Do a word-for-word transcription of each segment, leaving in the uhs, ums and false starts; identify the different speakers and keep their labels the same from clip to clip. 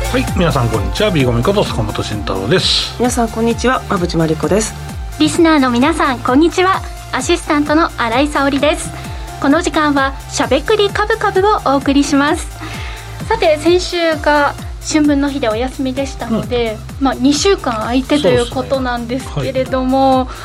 Speaker 1: はい、皆さんこんにちは。ビーゴミこと坂本慎太郎です。
Speaker 2: 皆さんこんにちは。馬淵真理子です。
Speaker 3: リスナーの皆さんこんにちは。アシスタントの新井沙織です。この時間はしゃべくりカブカブをお送りします。さて、先週が春分の日でお休みでしたので、うん、まあ、にしゅうかん空いてということなんですけれども、はい、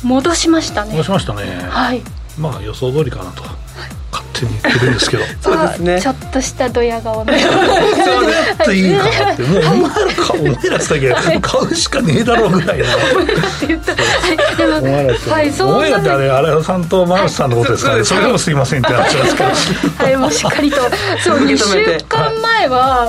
Speaker 3: 戻しましたね。
Speaker 1: 戻しましたね。
Speaker 3: はい、
Speaker 1: まあ予想通りかなと勝手に言ってるんですけど
Speaker 2: そうですね、
Speaker 3: ちょっとしたドヤ顔で
Speaker 1: ちょっといいかなって、もうお前らかお前らだけ買うしかねえだろうぐらいなって言った、はい、でもお前らって、はい、そうお前らってあれ荒田さんとマルシさんのことですからね、はい、それでもすいませんって話なんですけど
Speaker 3: はい、もうしっかりとそうにしゅうかんまえは、はい、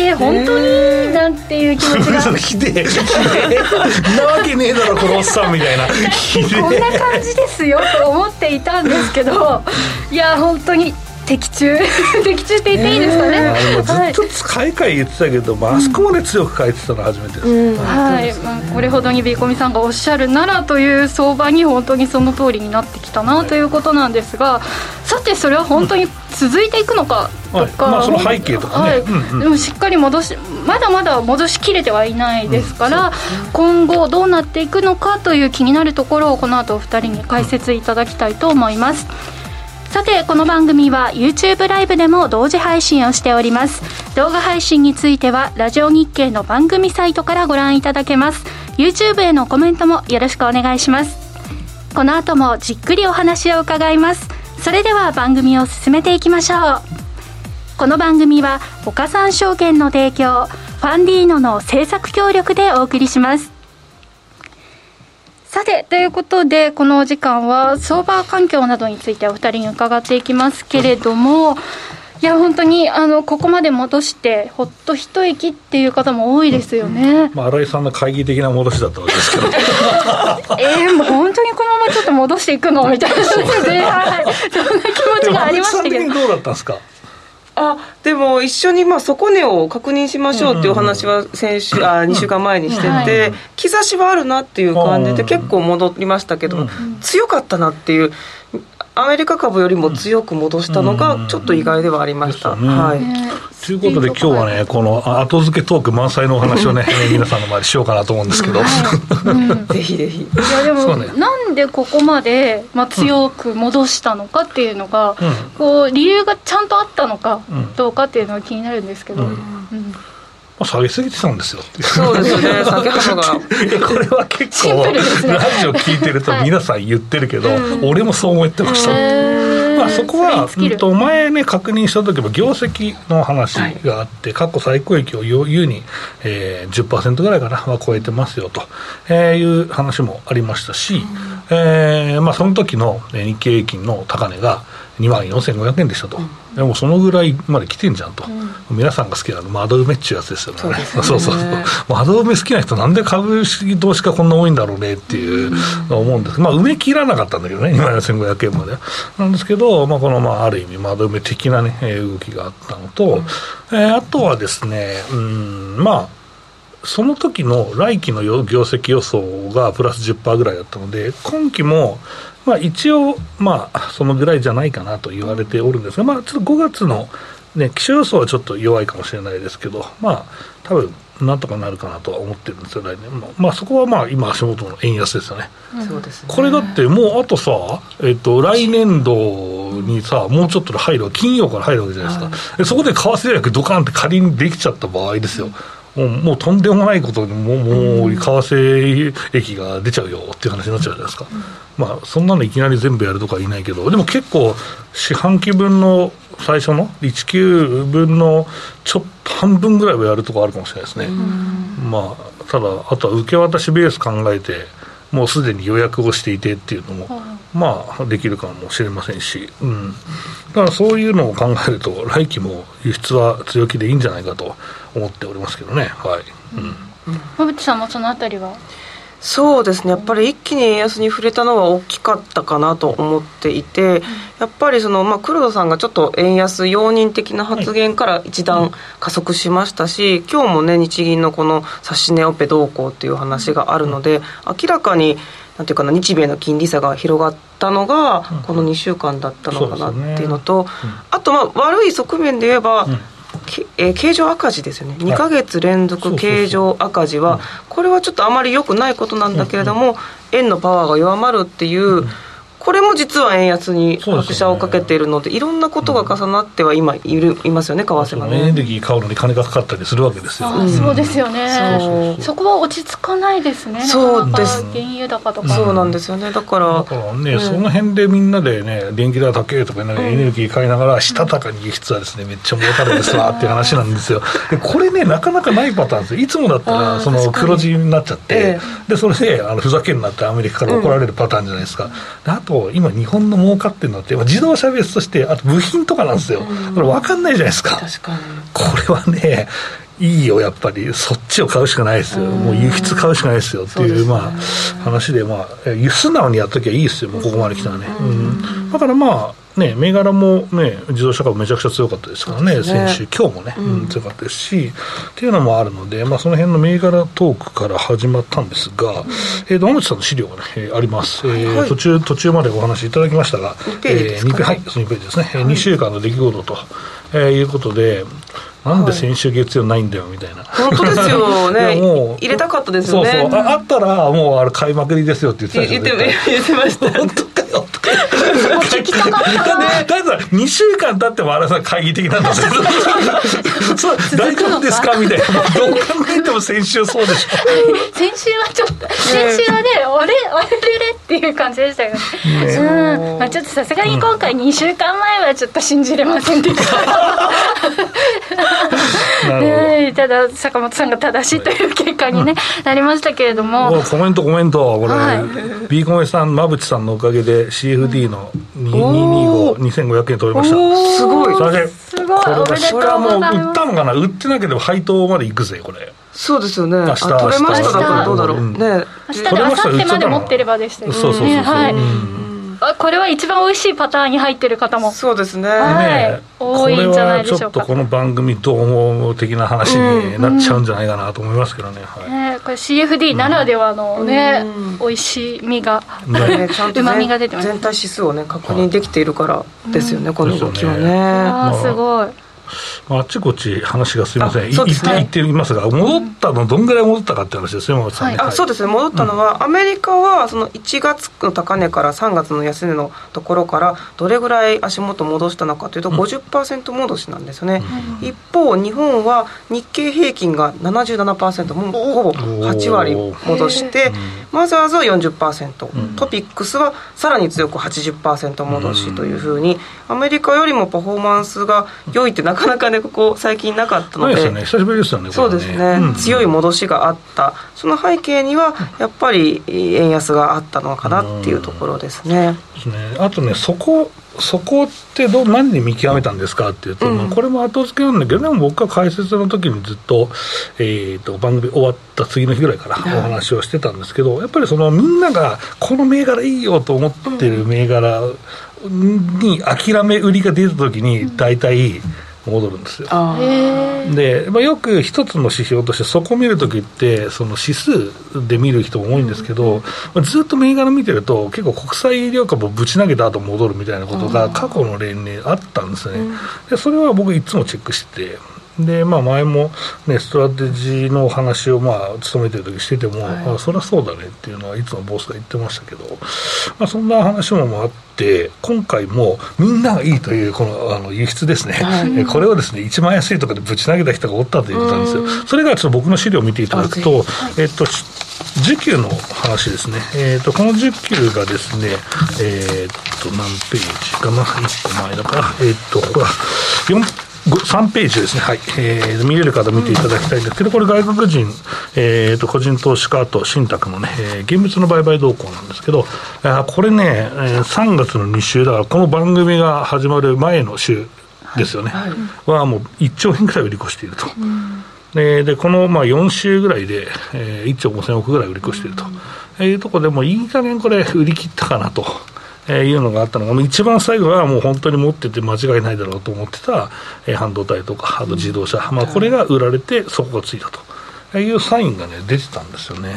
Speaker 3: えー、本当になんていう気持ちが
Speaker 1: ひでえひでえなわけねえだろこのおっさんみたいな
Speaker 3: こんな感じですよと思っていたんですけど、いや本当に的中的中って言っていいですかね、
Speaker 1: えー、ずっと買い替え言ってたけど、まあ、あそこまで強く買えてたのは初めてです、
Speaker 3: うん、はい、まあ、これほどにビーコミさんがおっしゃるならという相場に本当にその通りになってきたなということなんですが、さてそれは本当に続いていくのかとか、
Speaker 1: はい、まあ、その背景とかね、はい、うんうん、
Speaker 3: でもしっかり戻しまだまだ戻しきれてはいないですから、うん、今後どうなっていくのかという気になるところをこの後お二人に解説いただきたいと思います。さて、この番組は YouTube ライブでも同時配信をしております。動画配信についてはラジオ日経の番組サイトからご覧いただけます。 YouTube へのコメントもよろしくお願いします。この後もじっくりお話を伺います。それでは番組を進めていきましょう。この番組は岡三証券の提供、ファンディーノの制作協力でお送りします。さて、ということでこのお時間は相場環境などについてお二人に伺っていきますけれども、いや本当にあのここまで戻してほっと一息っていう方も多いですよね、うん、
Speaker 1: まあ、新井さんの懐疑的な戻しだったわけですけど
Speaker 3: えー、もう本当にこのままちょっと戻していくのみたいなで、はい、そんな気持ちがありましたけど、
Speaker 1: 新井さん的にどうだったんですか。
Speaker 2: あでも一緒にまあ底値を確認しましょうっていうお話は先週、あにしゅうかんまえにしてて、うん、はい、兆しはあるなっていう感じで結構戻りましたけど、うん、強かったなっていう、アメリカ株よりも強く戻したのがちょっと意外ではありました、うん、はい、
Speaker 1: ということで今日はね、この後付けトーク満載のお話をね皆さんの前でしようかなと思うんですけど、はい、
Speaker 3: うん、ぜひぜひ。いやでも、ね、なんでここまで、まあ、強く戻したのかっていうのが、うん、こう理由がちゃんとあったのかどうかっていうのが気になるんですけど、うんうん、
Speaker 1: 下げすぎてたんですよ。
Speaker 2: そうですね、下げ幅が
Speaker 1: これは結構、ね、ラジオ聞いてると皆さん言ってるけど、はい、俺もそう思ってました、まあ、そこは、うん、と前ね確認した時も業績の話があって、はい、過去最高益を優に、えー、じゅっパーセント ぐらいかなは超えてますよと、えー、いう話もありましたし、うん、えーまあ、その時の日経平均の高値がにまんよんせんごひゃくえんでしたと、うん、でもそのぐらいまで来てんじゃんと、うん、皆さんが好きなの窓埋めっちゅうやつですよね。そうですねそうそうそう、窓埋め好きな人なんで株式投資家こんな多いんだろうねっていうのを思うんですけど、まあ、埋め切らなかったんだけどね、にまんよんせんごひゃくえんまでなんですけど、まあ、このまあある意味窓埋め的な、ね、動きがあったのと、うん、えー、あとはですね、うん、まあその時の来期の業績予想がプラス じゅっパーセント ぐらいだったので、今期もまあ一応まあそのぐらいじゃないかなと言われておるんですが、まあちょっとごがつのね気象予想はちょっと弱いかもしれないですけど、まあ多分なんとかなるかなとは思ってるんですよ来年も。まあそこはまあ今足元の円安ですよね、
Speaker 2: うん、そうですね。
Speaker 1: これだってもうあとさ、えっと来年度にさもうちょっとで入る金曜から入るわけじゃないですか、はい、そこで為替じゃなくてドカンって仮にできちゃった場合ですよ、うんもう、もうとんでもないことにもう、もう為替益が出ちゃうよっていう話になっちゃうじゃないですか、うん、まあそんなのいきなり全部やるとかはいないけど、でも結構四半期分の最初のいちきゅうぶんのちょっと半分ぐらいはやるとこあるかもしれないですね、うん、まあただあとは受け渡しベース考えてもうすでに予約をしていてっていうのも、うん、まあできるかもしれませんし、うん、だからそういうのを考えると来期も輸出は強気でいいんじゃないかと思っておりますけどね。はい、
Speaker 3: うん、馬淵さんもそのあたりは。
Speaker 2: そうですね、やっぱり一気に円安に触れたのは大きかったかなと思っていて、うん、やっぱりその、まあ、黒田さんがちょっと円安容認的な発言から一段加速しましたし、はい、今日もね日銀のこの指値オペ動向っていう話があるので、明らかになんていうかな日米の金利差が広がったのがこのにしゅうかんだったのかなっていうのと、あとまあ悪い側面で言えば、 えー、経常赤字ですよね、にかげつ連続経常赤字は、これはちょっとあまり良くないことなんだけれども、円のパワーが弱まるっていう、これも実は円安に拍車をかけているので、いろんなことが重なっては今いるいますよね、為替がね。
Speaker 1: エネルギー買うのに金がかかったりするわけですよ。
Speaker 3: あ、そうですよね。 そ, そこは落ち着かないですね。
Speaker 2: そうです。
Speaker 3: 原油高とか、
Speaker 2: そうなんですよね。だから
Speaker 1: だからね、うん、その辺でみんなでね、電気代高いとか、ね、エネルギー買いながらしたたかに輸出はですね、めっちゃ儲かるんですわっていう話なんですよ。でこれね、なかなかないパターンですよ。いつもだったらその黒字になっちゃって、ええ、でそれであのふざけんなってアメリカから怒られるパターンじゃないですか、うん、であと今日本の儲かってるのって自動車別として、あと部品とかなんですよ。これ分かんないじゃないですか。
Speaker 2: 確かに
Speaker 1: これはね、いいよ、やっぱりそっちを買うしかないですよ。もう輸出買うしかないですよっていう、まあ話で、まあ素直にやっときゃいいですよ、もうここまで来たらね。うん、だからまあね、銘柄もね、自動車株めちゃくちゃ強かったですからね、先週、今日もね、うん、強かったですし、っていうのもあるので、まあ、その辺の銘柄トークから始まったんですが、うん、えー、野口さんの資料が、ね、えー、あります、えーはい、途中、途中までお話いただきましたが、にページですかね、えー、はい、そのにページですね、はい、にしゅうかんの出来事と、えー、いうことで、なんで先週月曜ないんだよみたいな、
Speaker 2: はい、本当ですよねもう入れたかったですよね。
Speaker 1: そうそう あ, あったらもうあれ買いまくりですよって言ってた
Speaker 2: じゃん。言って言ってました、ね、
Speaker 1: 本当かよとか聞きたかったな。だからにしゅうかん経ってもあれさ懐疑的なんですけどそう大丈夫ですかみたいな、どう考えても先週そうでしょ
Speaker 3: 先週はちょっと先週はね、あれあれれれっていう感じでしたよね。ね、うん、まあ、ちょっとさすがに今回にしゅうかんまえはちょっと信じれませんでしたね、ただ坂本さんが正しいという結果に、ね、うん、なりましたけれども、
Speaker 1: コメントコメントこれ、はい、ビーコメさん馬淵さんのおかげで シーエフディー のにひゃくにじゅうご、にせんごひゃくえん取れました。
Speaker 2: すごい、
Speaker 1: それ
Speaker 3: すごい、おめでとうございます。これはもう
Speaker 1: 売ったのかな、売ってなければ配当までいくぜこれ。
Speaker 2: そうですよね。明日取れましただからどうだろう、うん、ね、
Speaker 3: 明日で明後日まで持ってればでしたよね。
Speaker 1: そうそうそうそう、はい、うん、
Speaker 3: これは一番美味しいパターンに入ってる方も
Speaker 2: そうですね、
Speaker 3: はい、多いんじゃないでしょうか。
Speaker 1: これはちょっとこの番組どう思う的な話になっちゃうんじゃないかなと思いますけどね、うん、はい、ね、これ シーエフディー ならではのね、うん、美味しいみが、ね、ちゃんと旨みが出てます。
Speaker 2: 全体指数をね確認できているからですよね、はい、この動きはね、
Speaker 3: あーすごい、
Speaker 1: まあ、あっちこっち話がすみません、
Speaker 2: そうですね、
Speaker 1: 言っていますが、戻ったのどんぐらい戻ったかって話ですね、山口さん、ね、
Speaker 2: はい、あ、そうですね、戻ったのは、うん、アメリカはそのいちがつの高値からさんがつの安値のところからどれぐらい足元戻したのかというと ごじゅっパーセント 戻しなんですよね、うん、一方日本は日経平均が ななじゅうななパーセント、もうほぼはちわり戻して、マザーズは よんじゅっパーセント、うん、トピックスはさらに強く はちじゅっパーセント 戻しというふうに、アメリカよりもパフォーマンスが良いってなかなかねここ最近なかったので、
Speaker 1: そうですね、久しぶりですよね。
Speaker 2: そうですね、うん、強い戻しがあった、その背景にはやっぱり円安があったのかなっていうところですね。
Speaker 1: ですね。あとね、そこそこってど何で見極めたんですかっていうと、うん、これも後付けなんだけど、でも僕は解説の時にずっと、えー、と番組終わった次の日ぐらいからお話をしてたんですけど、やっぱりそのみんながこの銘柄いいよと思ってる銘柄に諦め売りが出た時に大体戻るんですよ。あで、まあ、よく一つの指標としてそこを見るときってその指数で見る人も多いんですけど、うん、まあ、ずっと銘柄見てると結構国際医療株をぶち投げた後戻るみたいなことが過去の例にあったんですね、うん、でそれは僕いつもチェックしてて、で、まあ、前も、ね、ストラテジーの話を、まあ、勤めてる時してても、はい、あそりゃそうだねっていうのはいつもボスが言ってましたけど、まあ、そんな話もあって今回もみんながいいというこの、あの輸出ですね、はい、これをですね一番安いとかでぶち投げた人がおったということなんですよ。それがちょっと僕の資料を見ていただくと、えっと需給の話ですね、えー、とこの需給がですね、えー、と何ページかな、いっこまえだから、えー、とこれはよんさんページですね、はい、えー、見れる方見ていただきたいんですけど、これ外国人、えー、と個人投資家と信託のね、えー、現物の売買動向なんですけど、あこれね、えー、さんがつのに週だからこの番組が始まる前の週ですよね、はいはい、はもういっちょうえんぐらい売り越していると、うん、で, でこのまあよん週ぐらいで、えー、いっちょうごせんおくぐらい売り越していると、うん、いうところでもういい加減これ売り切ったかなとえー、いうのがあったのが、一番最後はもう本当に持ってて間違いないだろうと思ってた、えー、半導体とかあと自動車、うん、まあ、これが売られてそこがついたというサインがね出てたんですよね。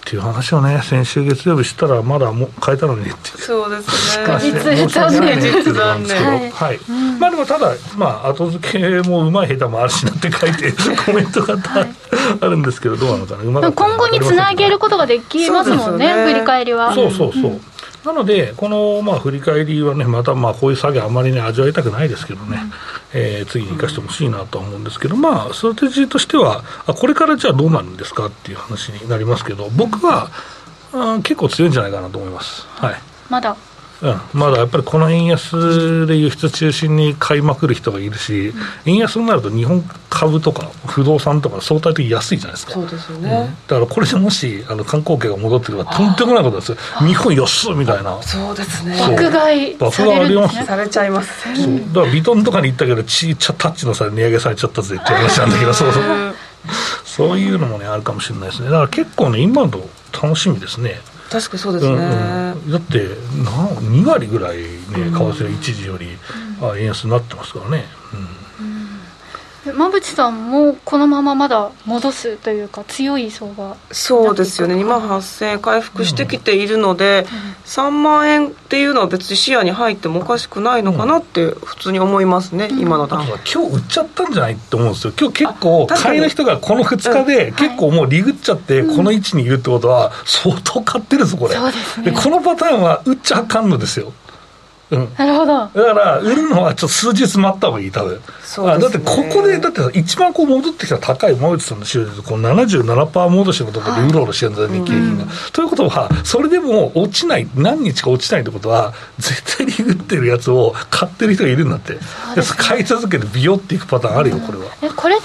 Speaker 1: っていう話をね先週月曜日したらまだもう変えたのにって
Speaker 2: そうですね
Speaker 3: 実残念
Speaker 2: 実残念
Speaker 1: はい、はいうん、まあでもただまあ後付けもうまい下手もあるしなって書いてコメントがあるんですけどどうなのかな、うまかった
Speaker 3: 今後につなげることができますもんね、振り返りは。
Speaker 1: そうそうそう、うんなので、このまあ振り返りはね、またまあこういう作業あまりね味わいたくないですけどね、うんえー、次に生かしてほしいなとは思うんですけど、まあストラテジーとしては、あこれからじゃあどうなるんですかっていう話になりますけど、僕は、うん、結構強いんじゃないかなと思います。はい。
Speaker 3: まだ。
Speaker 1: うん、まだやっぱりこの円安で輸出中心に買いまくる人がいるし、うん、円安になると日本株とか不動産とか相対的に安いじゃないですか。
Speaker 2: そうですよね、
Speaker 1: うん、だからこれでもしあの観光客が戻ってくればとんでもないことですよ。日本安いみたいな。
Speaker 2: そうですね。
Speaker 3: 爆買いされるんですね。
Speaker 2: されちゃいます。
Speaker 1: そうだからビトンとかに行ったけどちっちゃタッチの差で値上げされちゃったぜっていう話なんだけどそうそうそういうのもねあるかもしれないですね。だから結構ねインバウンド楽しみですね。
Speaker 2: 確かにそうですね、うん
Speaker 1: うん、だってなに割ぐらいね為替が一時より、うん、円安になってますからね、
Speaker 3: うん、馬淵さんもこのまままだ戻すというか強い相場。
Speaker 2: そうですよね。にまんはっせんえん回復してきているので、うん、さんまんえんっていうのは別に視野に入ってもおかしくないのかなって普通に思いますね、うん、今の段階。
Speaker 1: 今日売っちゃったんじゃないって思うんですよ。今日結構買いの人がこのふつかで結構もうリグっちゃってこの位置にいるってことは相当買ってるぞこれ、
Speaker 3: そうですね、
Speaker 1: でこのパターンは売っちゃあかんのですよ。うん、
Speaker 3: なるほど。だ
Speaker 1: から売るのはちょっと数日待った方がいい多分。そうですね、だってここでだって一番こう戻ってきた高い馬淵さんの収入でこう ななじゅうななパーセント 戻しのところでうろうろしてるんだよ、はい、日経平均が、うん、ということはそれでも落ちない何日か落ちないってことは絶対に売ってるやつを買ってる人がいるんだって。で買い続けてビヨっていくパターンあるよこれは、
Speaker 3: うん、えこれって、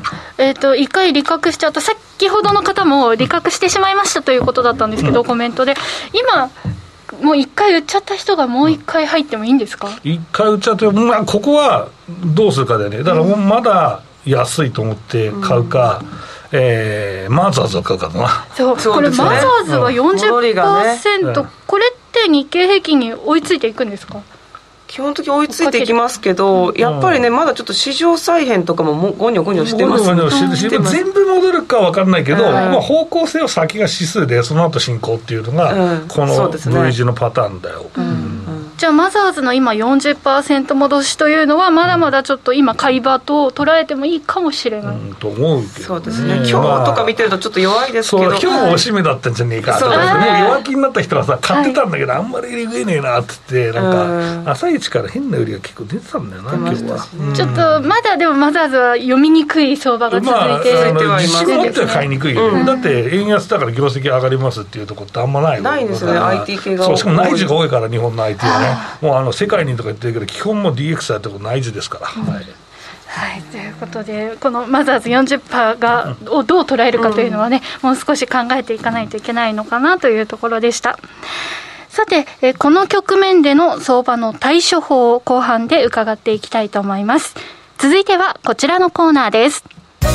Speaker 3: えー、と一回利確しちゃうと先ほどの方も利確してしまいましたということだったんですけど、うん、コメントで今もう一回売っちゃった人がもう一回入ってもいいんですか？
Speaker 1: 一回売っちゃって、まあ、ここはどうするかだよね。だからまだ安いと思って買うか、うんえー、マザーズは買うかな。
Speaker 3: そう、そうこれ、ね、マザーズは よんじゅっパーセント、うんね、これって日経平均に追いついていくんですか？
Speaker 2: 基本的に追いついていきますけど、やっぱりねまだちょっと市場再編とかももゴニョゴニョしてます。ゴニョゴニョしてます。
Speaker 1: 全部戻るか分からないけど、はいまあ、方向性は先が指数でその後進行っていうのが、うん、この V 字のパターンだよ、
Speaker 3: うんうん、じゃあマザーズの今 よんじゅっパーセント 戻しというのはまだまだちょっと今買い場と捉えてもいいかもしれない、うん、
Speaker 1: と思うけど、ね、
Speaker 2: そうですね。今日とか見てるとちょっと弱いですけど、
Speaker 1: そう今日おしめだったんじゃねえかとか、はい、もう弱気になった人はさ買ってたんだけど、はい、あんまり売り食えねえなって言ってなんか朝一から変な売りが結構出てたんだよな今日は、
Speaker 3: うん、ちょっとまだでもマザーズは読みにくい相場が続いて、
Speaker 1: まあ、自信持っては買いにくいけど、うん、だって円安だから業績上がりますっていうところってあんまない
Speaker 2: ないんですよね。 アイティー 系が
Speaker 1: そうしかも内需が多いから日本の アイティー はねもうあの世界にとか言ってるけど基本も ディーエックス やってこと内需ですから、うんはい
Speaker 3: はい、ということでこのマザーズ よんじゅっパーセント がをどう捉えるかというのはね、うん、もう少し考えていかないといけないのかなというところでした。さてえこの局面での相場の対処法を後半で伺っていきたいと思います。続いてはこちらのコーナーです。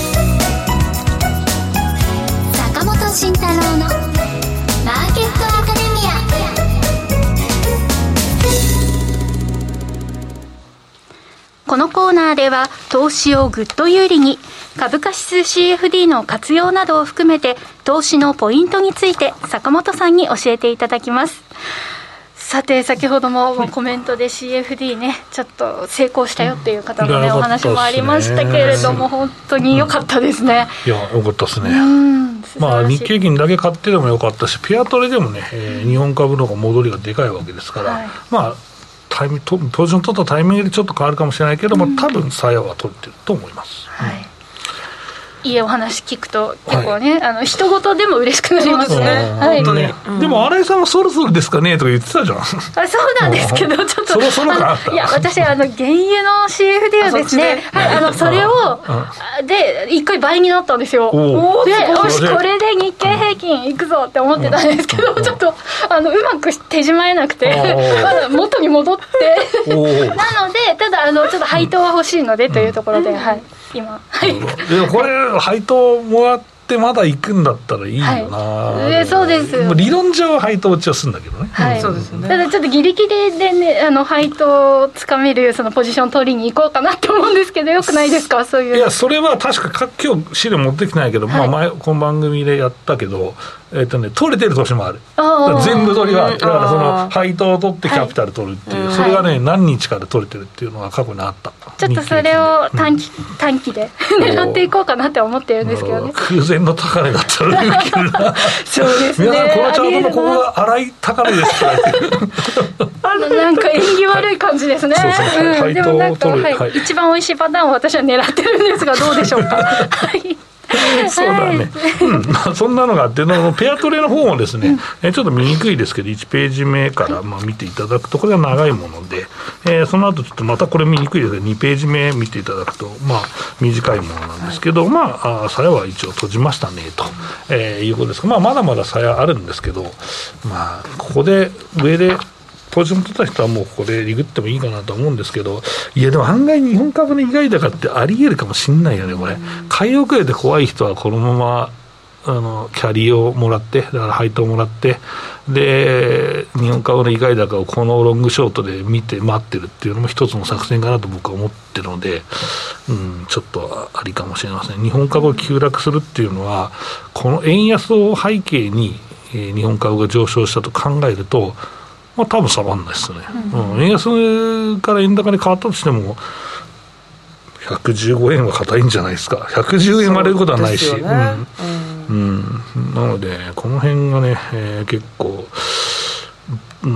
Speaker 4: 坂本慎太郎のマーケットアカデミア。
Speaker 3: このコーナーでは投資をぐっと有利に株価指数 シーエフディー の活用などを含めて投資のポイントについて坂本さんに教えていただきます。さて先ほどもコメントで シーエフディー ねちょっと成功したよっていう方のねお話もありましたけれども本当に良かったですね。
Speaker 1: いや良かったですね。うんまあ日経金だけ買ってでも良かったしピアトレでもね、えー、日本株の方が戻りがでかいわけですから、はい、まあタイミポジション取ったタイミングでちょっと変わるかもしれないけども、うん、多分鞘は取ってると思います、
Speaker 3: はい、いいお話聞くと結構ね、はい、あの人事でも嬉しくなりますね、はい、
Speaker 1: 本当に、うん、でも新井さんもそろそろですかねとか言ってたじゃん。あ
Speaker 3: そうなんですけどちょっと
Speaker 1: そろそろかなった。
Speaker 3: いや私あの原油の シーエフディー をですねそ,、はい、あのそれをで一回倍になったんですよ。でよしこれで日経平均いくぞって思ってたんですけど、うん、ちょっとあのうまく手締まえなくてまだ元に戻ってなのでただあのちょっと配当は欲しいのでというところで、うん、はい今、はい、
Speaker 1: でこれ配当もらっってまだ行くんだったらいいよな、
Speaker 3: はい、えー、そうですよ。
Speaker 1: 理論上は配当落ちはするんだけどね、
Speaker 3: はい、
Speaker 1: うん、
Speaker 2: そうですよね。
Speaker 3: ただちょっとギリギリでね、あの配当をつかめるそのポジション取りに行こうかなって思うんですけど、よくないですか、そういう。
Speaker 1: いや、それは確か今日資料持ってきてないけど、はい、まあ、前この番組でやったけど、えーとね、取れてる投資もある。あ、全部取りはある。だからその配当を取ってキャピタル取るっていう、はい、それがね、何日かで取れてるっていうのが過去にあった。
Speaker 3: ちょっとそれを短期、うん、短期で狙っていこうかなって思ってるんですけどね。
Speaker 1: 空前の高値だったらいけるな
Speaker 3: そうですね。
Speaker 1: 皆さんこのチャートのここが荒い高値ですから
Speaker 3: あのなんか縁起悪い感じですね。
Speaker 1: そうそう、
Speaker 3: うん、でもなんか、はいはい、一番おいしいパターンを私は狙ってるんですが、どうでしょうかはい
Speaker 1: そうだね、うん、まあ、そんなのがあって、ペアトレの方もですね、うん、ちょっと見にくいですけどいちページ目からまあ見ていただくと、これが長いもので、えー、その後ちょっとまたこれ見にくいですけどにページ目見ていただくと、まあ、短いものなんですけど、はい、まあ、鞘は一応閉じましたねと、えー、いうことですが、まあ、まだまだ鞘あるんですけど、まあ、ここで上でポジション取った人はもうここでリグってもいいかなと思うんですけど、いやでも案外日本株の意外高ってあり得るかもしれないよね、これ。買い遅れて怖い人はこのままあのキャリーをもらって、だから配当をもらって、で日本株の意外高をこのロングショートで見て待ってるっていうのも一つの作戦かなと僕は思ってるので、うん、ちょっとありかもしれません。日本株が急落するっていうのはこの円安を背景に、えー、日本株が上昇したと考えると、まあ、多分下がらないですね、うんうん、円安から円高に変わったとしてもひゃくじゅうごえんは硬いんじゃないですか。ひゃくじゅうえん割れることはないし、ね、うんうん、なのでこの辺がね、えー、結構、うん、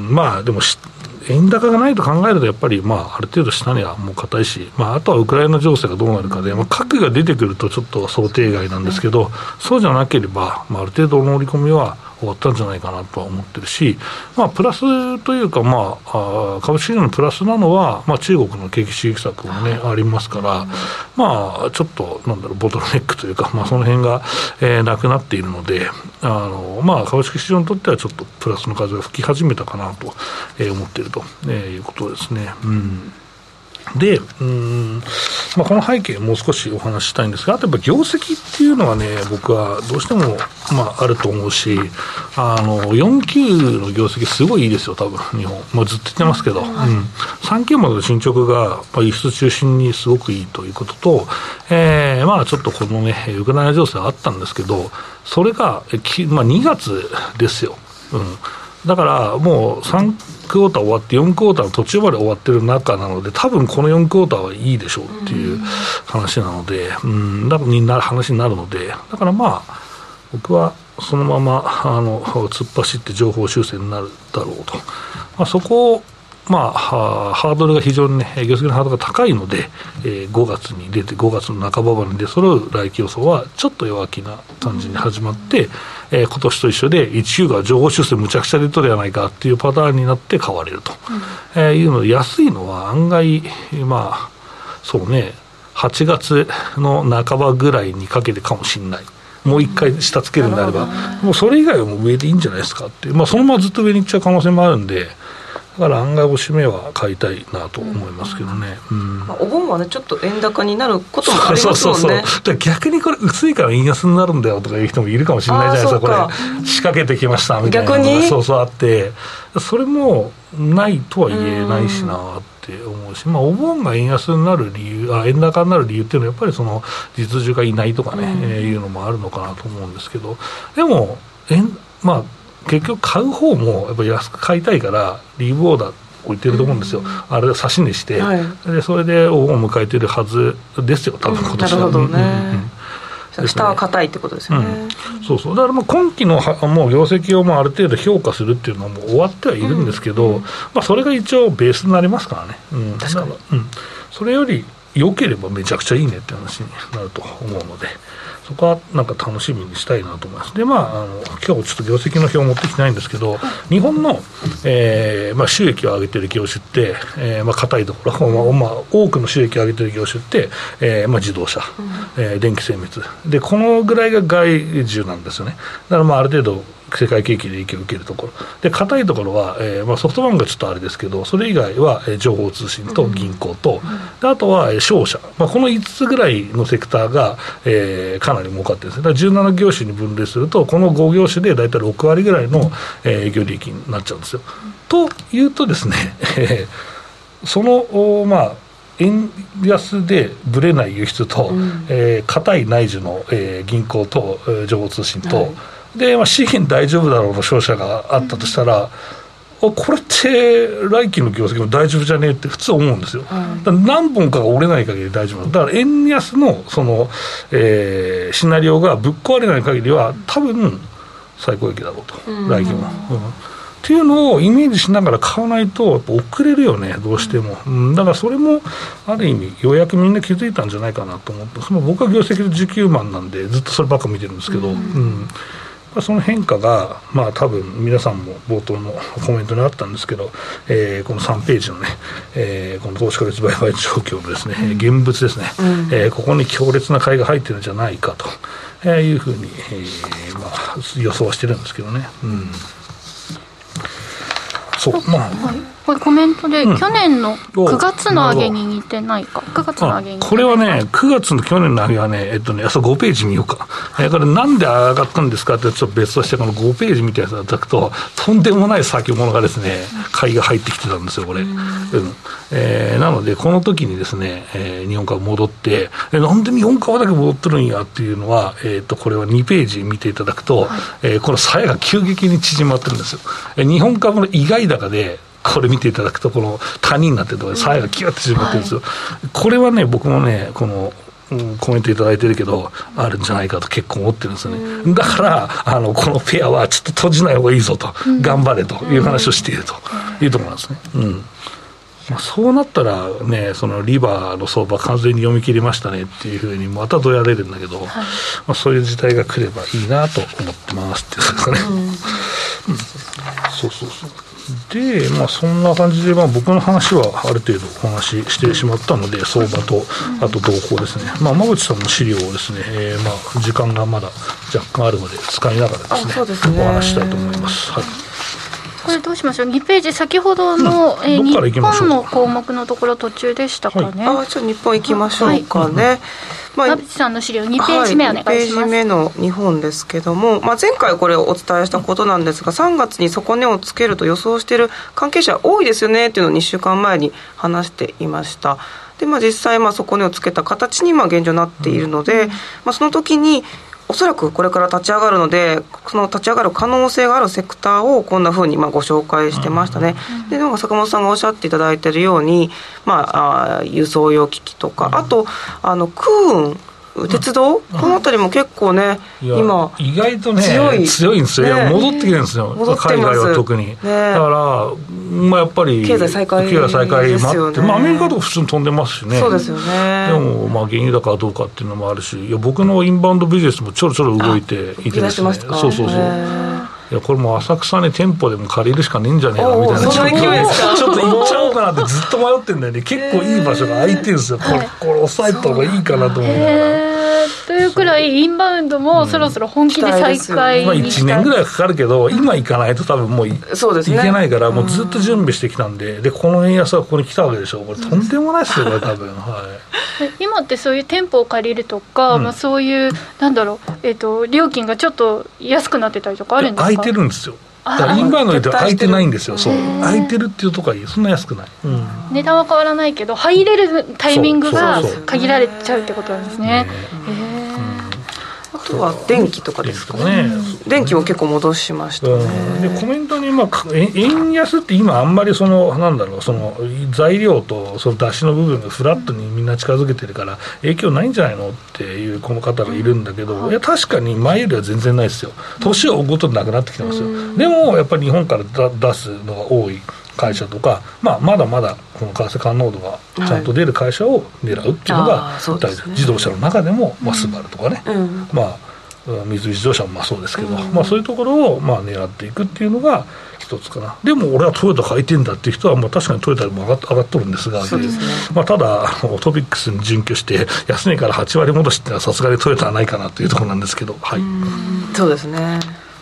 Speaker 1: まあでも円高がないと考えるとやっぱり、まあ、ある程度下値はもう硬いし、まあ、あとはウクライナ情勢がどうなるかで、まあ、核が出てくるとちょっと想定外なんですけど、そうじゃなければ、まあ、ある程度乗り込みは終わったんじゃないかなとは思ってるし、まあ、プラスというか、まあ、あ株式市場のプラスなのは、まあ、中国の景気刺激策も、ね、ありますから、まあ、ちょっとなんだろうボトルネックというか、まあ、その辺が、えー、なくなっているので、あの、まあ、株式市場にとってはちょっとプラスの風が吹き始めたかなと、えー、思っていると、えー、いうことですね。うんで、うーん、まあ、この背景もう少しお話ししたいんですが、あとやっぱ業績っていうのはね、僕はどうしても、まあ、あると思うし、あのよんきゅうの業績すごいいいですよ、多分日本、まあ、ずっと言ってますけど、うん、さんきゅうまでの進捗が、まあ、輸出中心にすごくいいということと、えー、まあちょっとこのねウクライナ情勢あったんですけど、それが、まあ、にがつですよ、うん、だからもうさんクォーター終わってよんクォーターの途中まで終わってる中なので、多分このよんクォーターはいいでしょうっていう話なので、うん、だになる話になるので、だからまあ僕はそのままあの突っ走って情報修正になるだろうと、まあ、そこをまあ、ハードルが非常にね、業績のハードルが高いので、えー、ごがつに出て、ごがつの半ばまで出揃う来期予想はちょっと弱気な感じに始まって、うん、えー、今年と一緒でいちきゅうが情報修正むちゃくちゃ出とるやないかっていうパターンになって買われると、うん、えー、いうので、安いのは案外、まあそうね、はちがつの半ばぐらいにかけてかもしれない。もう一回下つけるんであれば、もうそれ以外はもう上でいいんじゃないですかって、まあ、そのままずっと上に行っちゃう可能性もあるんで、だから案外おしめは買いたいなと思いますけどね、うん、
Speaker 2: まあ、お盆はねちょっと円高になることもありますもんね。そうそうそう、だから
Speaker 1: 逆にこれ薄いから円安になるんだよとかいう人もいるかもしれないじゃないですか。これ仕掛けてきましたみたいなのが
Speaker 2: 逆に
Speaker 1: そうそうあって、それもないとは言えないしなって思うし、まあ、お盆が円安になる理由、あ円高になる理由っていうのはやっぱりその実需がいないとかね、うん、えー、いうのもあるのかなと思うんですけど、でも円まあ結局買う方もやっぱり安く買いたいからリーブオーダー置いてると思うんですよ、うん、あれを差し値して、はい、でそれでお盆を迎えているはずですよ多分今年は、
Speaker 2: うん、なるほどね、うんうん、下は硬いってことですよね、
Speaker 1: うん、そうそう、だからまあ今期のもう業績をまあある程度評価するっていうのはもう終わってはいるんですけど、うんうん、まあ、それが一応ベースになりますからね、うん、確かに、うん、それより良ければめちゃくちゃいいねって話になると思うので、そこはなんか楽しみにしたいなと思います。で、まあ、あの今日ちょっと業績の表を持ってきてないんですけど、日本の、えーまあ、収益を上げている業種って、えーまあ、硬いところ、まあ、多くの収益を上げている業種って、えーまあ、自動車、えー、電気精密で、このぐらいが外需なんですよね。だからまあある程度世界景気で影響を受けるところで、硬いところは、えーまあ、ソフトバンクがちょっとあれですけど、それ以外は、えー、情報通信と銀行と、うん、であとは、えー、商社、まあ、このいつつぐらいのセクターが、えー、かなり儲かってるんですね。だからじゅうなな業種に分類すると、このご業種でだいたいろくわりぐらいの、えー、営業利益になっちゃうんですよ。うん、というとですね、えー、そのまあ円安でぶれない輸出と、うんえー、硬い内需の、えー、銀行と、えー、情報通信と、はいでまあ、資源大丈夫だろうの商社があったとしたら、うん、これって来期の業績も大丈夫じゃねえって普通思うんですよ、はい、だから何本かが折れない限り大丈夫だから円安の、その、えー、シナリオがぶっ壊れない限りは多分最高益だろうと、うん、来期も、うんっていうのをイメージしながら買わないとやっぱ遅れるよねどうしても、うん、だからそれもある意味ようやくみんな気づいたんじゃないかなと思って、その僕は業績のじきゅうマンなんでずっとそればっか見てるんですけど、うんうんその変化が、まあ、多分皆さんも冒頭のコメントにあったんですけど、えー、このさんページのね、えー、この投資家別売買状況のですね、うん、現物ですね、うんえー、ここに強烈な買いが入ってるんじゃないかというふうに、えーまあ、予想はしてるんですけどね、うんそうまあ
Speaker 3: はい、これコメントで、うん、去年のくがつの上げに似てないか、くがつの上げに似てないか、
Speaker 1: これはねくがつの去年の上げはね、えっとね、そうごページ見ようか、えー、これなんで上がったんですかってちょっと別としてこのごページ見たやつをいただくととんでもない先物がですね買いが入ってきてたんですよこれ、うんえー、なのでこの時にですね、えー、日本株戻ってえなんで日本株だけ戻ってるんやっていうのは、えー、とこれはにページ見ていただくと、はいえー、この鞘が急激に縮まってるんですよ。えー、日本株の意外高でこれ見ていただくとこの谷になってるところで鞘がキュッて縮まってるんですよ、はい、これはね僕もねこのうん、コメントいただいてるけどあるんじゃないかと結構思ってるんですよね。だからあのこのペアはちょっと閉じない方がいいぞと、うん、頑張れという話をしているというところなんですね、うんまあ、そうなったらねそのリバーの相場完全に読み切りましたねっていうふうにまたどやれるんだけど、はいまあ、そういう時代が来ればいいなと思ってますっていうかね、うんうん、そうそうそうで、まあ、そんな感じで、まあ、僕の話はある程度お話ししてしまったので相場とあと動向ですね、まあ、馬淵さんの資料をですね、えーまあ、時間がまだ若干あるので使いながらですね、そうですねお話したいと思います、はい、
Speaker 3: これどうしましょうにページ先ほどの、うんえー、日本の項目のところ途中でしたかね、
Speaker 2: はい、あちょっと日本行きましょうかね、はい
Speaker 3: まあ、馬淵さんの資料にページ目お願いします、はい、に
Speaker 2: ページ目の日本ですけども、まあ、前回これをお伝えしたことなんですがさんがつに底値をつけると予想している関係者多いですよねっていうのをにしゅうかんまえに話していました。で、まあ、実際まあ底値をつけた形にまあ現状なっているので、うんまあ、その時におそらくこれから立ち上がるのでその立ち上がる可能性があるセクターをこんな風にまあご紹介してましたね、うん、でなんか坂本さんがおっしゃっていただいているように、まあ、あ輸送用機器とか、うん、あとあの空運鉄道、うん、この辺りも結構ね今
Speaker 1: 意外とね強い、強いんですよ、ね、いや戻ってきてるんですよ
Speaker 2: 戻ってます
Speaker 1: 海外は特に、ね、だから、まあ、やっぱり
Speaker 2: 経済再開
Speaker 1: 経済再開待って、まあ、アメリカとか普通に飛んでますしね
Speaker 2: そうですよね
Speaker 1: でも、まあ、原油高はどうかっていうのもあるしいや僕のインバウンドビジネスもちょろちょろ動いていてですねそうそうそういやこれもう浅草に店舗でも借りるしかねえんじゃねえのみたいな
Speaker 2: そんな勢いですか
Speaker 1: ちょっと行っちゃおうかなってずっと迷ってるんだよね結構いい場所が空いてるんですよこれ、これ抑えた方がいいかなと思いながら
Speaker 3: というくらいインバウンドもそろそろ本気で再開に、
Speaker 1: うんまあ、いちねんぐらいかかるけど今行かないと多分もう い, そうです、ね、行けないからもうずっと準備してきたんででこの円安がここに来たわけでしょこれとんでもないですよこれ多分、はい、
Speaker 3: 今ってそういう店舗を借りるとか、うんまあ、そういうなんだろう、えーと、料金がちょっと安くなってたりとかあるんですか。
Speaker 1: 空いてるんですよだからインバウンドで空いてないんですよそう空いてるっていうところはそんな安くない、うん、
Speaker 3: 値段は変わらないけど入れるタイミングが限られちゃうってことなんですね。
Speaker 2: あとは電気とかですかね、うん、電気も結構戻しましたね、
Speaker 1: うん、でコメントに、まあ、円安って今あんまりそのなんだろうその材料とその出しの部分がフラットにみんな近づけてるから影響ないんじゃないのっていうこの方がいるんだけど、うん、いや確かに前よりは全然ないですよ年を追うことなくなってきてますよ、うん、でもやっぱり日本から出すのが多い会社とか、まあ、まだまだこの為替換納度がちゃんと出る会社を狙うっていうのが、はい、ね、自動車の中でも、まあ、スバルとかね、うん、まあ、三菱自動車もまあそうですけど、うん、まあ、そういうところをまあ狙っていくっていうのが一つかな。でも俺はトヨタ買いてんだっていう人は、まあ、確かにトヨタでも上がっ、上がっとるんですが、
Speaker 2: そうですね、
Speaker 1: まあ、ただトピックスに準拠して安値からはちわり戻しっていうのはさすがにトヨタはないかなというところなんですけど、はい、
Speaker 2: うんそうですね。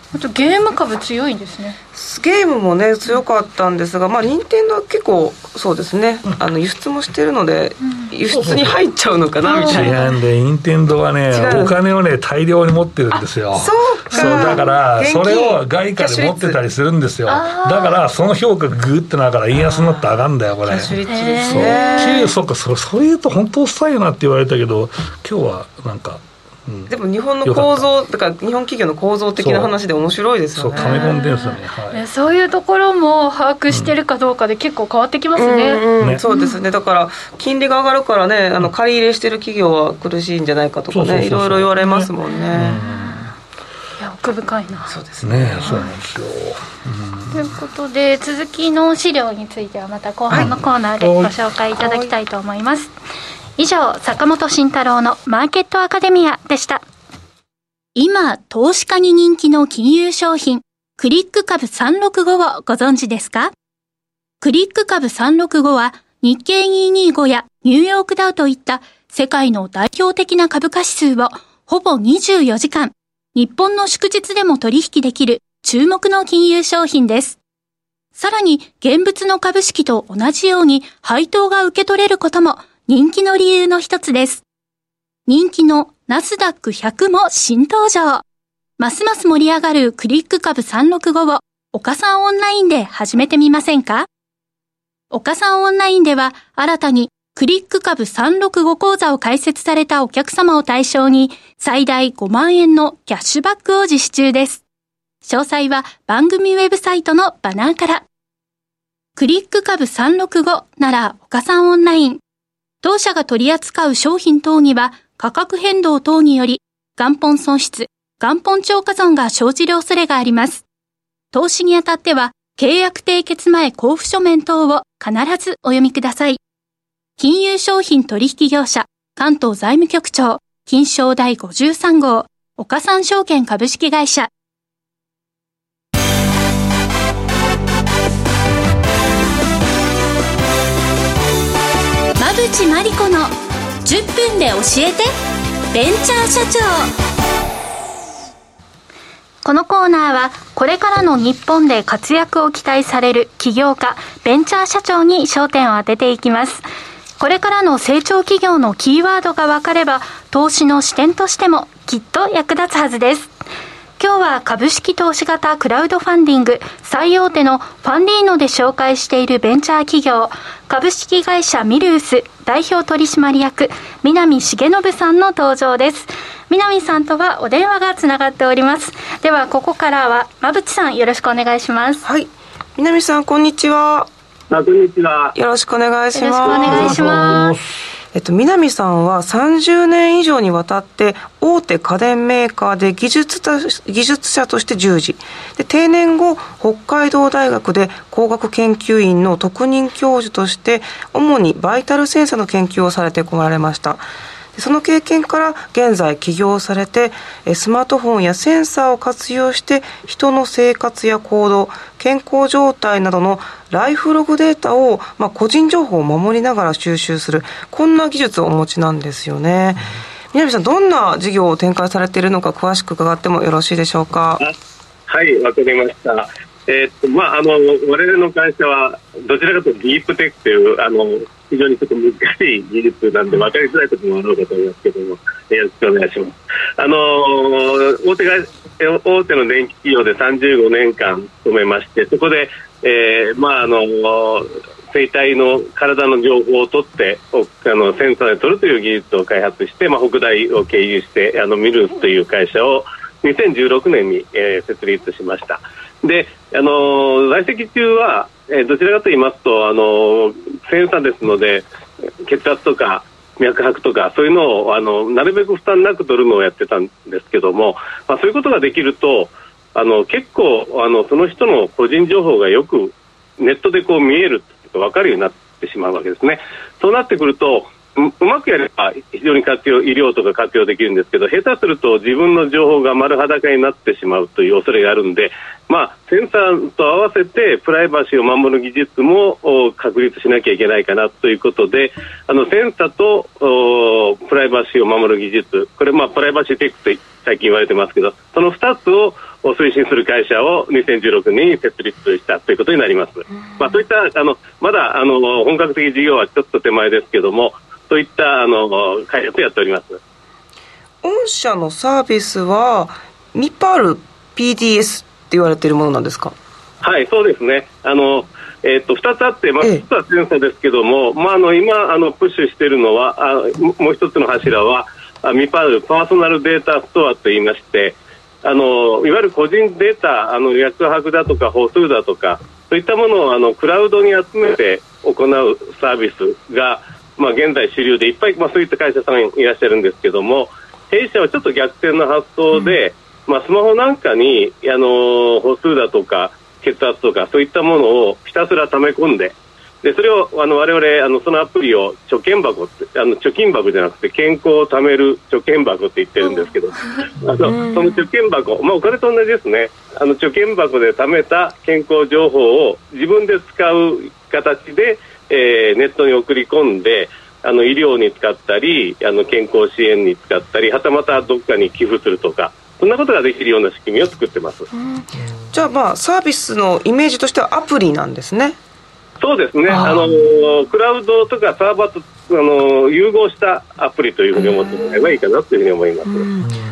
Speaker 3: あとゲーム株強いんですね。
Speaker 2: ゲームもね強かったんですが、まあ任天堂は結構そうですね、うん、あの輸出もしてるので、うん、輸出に入っちゃうのかなみたいな。
Speaker 1: 違うんで任天堂はねお金をね大量に持ってるんですよ。
Speaker 2: そうか。
Speaker 1: そうだからそれを外貨で持ってたりするんですよ。だからその評価がグーってなから円安になって上がるんだよこれ。
Speaker 2: キャッシュリッチですね。
Speaker 1: そうそうか、そそれ言うと本当遅いよなって言われたけど今日はなんか、うん、
Speaker 2: でも日本の構造だから日本企業の構造的な話で面白いですよね。
Speaker 1: そう溜め込んでるんですよね、はい、
Speaker 3: そういうところも把握してるかどうかで結構変わってきますね。
Speaker 2: うんうん
Speaker 1: ね、
Speaker 2: そうですね。だから金利が上がるからね、あの借り入れしてる企業は苦しいんじゃないかとかね、いろいろ言われますもんね。うん、い
Speaker 3: や奥深いな。
Speaker 2: そうですね。
Speaker 1: ね、そうなんですよ。
Speaker 3: うん、ということで続きの資料についてはまた後半のコーナーでご紹介いただきたいと思います。以上、坂本慎太郎のマーケットアカデミアでした。今、投資家に人気の金融商品、クリック株さんろくごをご存知ですか？クリック株さんろくごは日経にひゃくにじゅうごやニューヨークダウといった世界の代表的な株価指数をほぼにじゅうよじかん、日本の祝日でも取引できる注目の金融商品です。さらに、現物の株式と同じように配当が受け取れることも人気の理由の一つです。人気のナスダックひゃくも新登場。ますます盛り上がるクリック株さんろくごを岡さんオンラインで始めてみませんか？岡さんオンラインでは新たにクリック株さんろくご講座を開設されたお客様を対象に最大ごまんえんのキャッシュバックを実施中です。詳細は番組ウェブサイトのバナーから。クリック株さんろくごなら岡さんオンライン。当社が取り扱う商品等には価格変動等により元本損失、元本超過損が生じる恐れがあります。投資にあたっては契約締結前交付書面等を必ずお読みください。金融商品取引業者関東財務局長金商第ごじゅうさん号岡三証券株式会社。馬淵真理子のじゅっぷんで教えてベンチャー社長。このコーナーはこれからの日本で活躍を期待される起業家ベンチャー社長に焦点を当てていきます。これからの成長企業のキーワードが分かれば投資の視点としてもきっと役立つはずです。今日は株式投資型クラウドファンディング最大手のファンディーノで紹介しているベンチャー企業株式会社ミルース代表取締役南重信さんの登場です。南さんとはお電話がつながっております。ではここからは馬淵さんよろしくお願いします。
Speaker 2: はい、南さんこんにちは。
Speaker 5: あ、こんにちは。
Speaker 2: よろしくお願いします。
Speaker 3: よろしくお願いします。
Speaker 2: えっと、南さんはさんじゅうねん以上にわたって大手家電メーカーで技術た技術者として従事で、定年後北海道大学で工学研究員の特任教授として主にバイタルセンサーの研究をされてこられました。その経験から現在起業されてスマートフォンやセンサーを活用して人の生活や行動、健康状態などのライフログデータを、まあ、個人情報を守りながら収集する、こんな技術をお持ちなんですよね。南さん、どんな事業を展開されているのか詳しく伺ってもよろしいでしょうか。
Speaker 5: はい、わかりました。えーっとまあ、あの我々の会社はどちらかというとディープテックというあの非常にちょっと難しい技術なんで分かりづらいこともあろうかと思いますけども、よろしくお願いします。あの大手が大手の電気企業でさんじゅうごねんかん勤めまして、そこで、えーまあ、あの生体の体の情報を取ってあのセンサーで取るという技術を開発して、まあ、北大を経由してあのミルースという会社をにせんじゅうろくねんに、えー、設立しました。で、あの在籍中は、えー、どちらかと言いますとあのセンサーですので血圧とか脈拍とかそういうのをあのなるべく負担なく取るのをやってたんですけども、まあ、そういうことができるとあの結構あのその人の個人情報がよくネットでこう見えると分かるようになってしまうわけですね。そうなってくるとう, うまくやれば非常に活用医療とか活用できるんですけど、下手すると自分の情報が丸裸になってしまうという恐れがあるんで、まあ、センサーと合わせてプライバシーを守る技術も確立しなきゃいけないかなということで、あのセンサーとプライバシーを守る技術、これ、まあ、プライバシーテックと最近言われてますけど、そのふたつを推進する会社をにせんじゅうろくねんに設立したということになります。まあ、そういったあのまだあの本格的事業はちょっと手前ですけども、そういったあの開発をやっております。
Speaker 2: 御社のサービスはミパル ピーディーエス って言われているものなんですか？
Speaker 5: はい、そうですね。あの、えー、とふたつあって、まあ、ひとつはセンサーですけども、まあ、あの今あのプッシュしているのはあもう一つの柱はミパルパーソナルデータストアといいまして、あのいわゆる個人データ、あの脈拍だとか歩数だとかそういったものをあのクラウドに集めて行うサービスが、まあ、現在主流でいっぱい、まあ、そういった会社さんいらっしゃるんですけども、弊社はちょっと逆転の発想で、うんまあ、スマホなんかにあの歩数だとか血圧とかそういったものをひたすら溜め込んで、でそれをあの我々あのそのアプリを貯金箱ってあの貯金箱じゃなくて健康を貯める貯金箱って言ってるんですけど、あのその貯金箱、まあ、お金と同じですね。あの貯金箱で貯めた健康情報を自分で使う形で、えー、ネットに送り込んで、あの医療に使ったりあの健康支援に使ったり、はたまたどっかに寄付するとか、そんなことができるような仕組みを作ってます。うん、
Speaker 2: じゃあ、まあ、サービスのイメージとしてはアプリなんですね。
Speaker 5: そうですね。あのクラウドとかサーバーとあの融合したアプリというふうに思ってもらえばいいかなというふうに思います。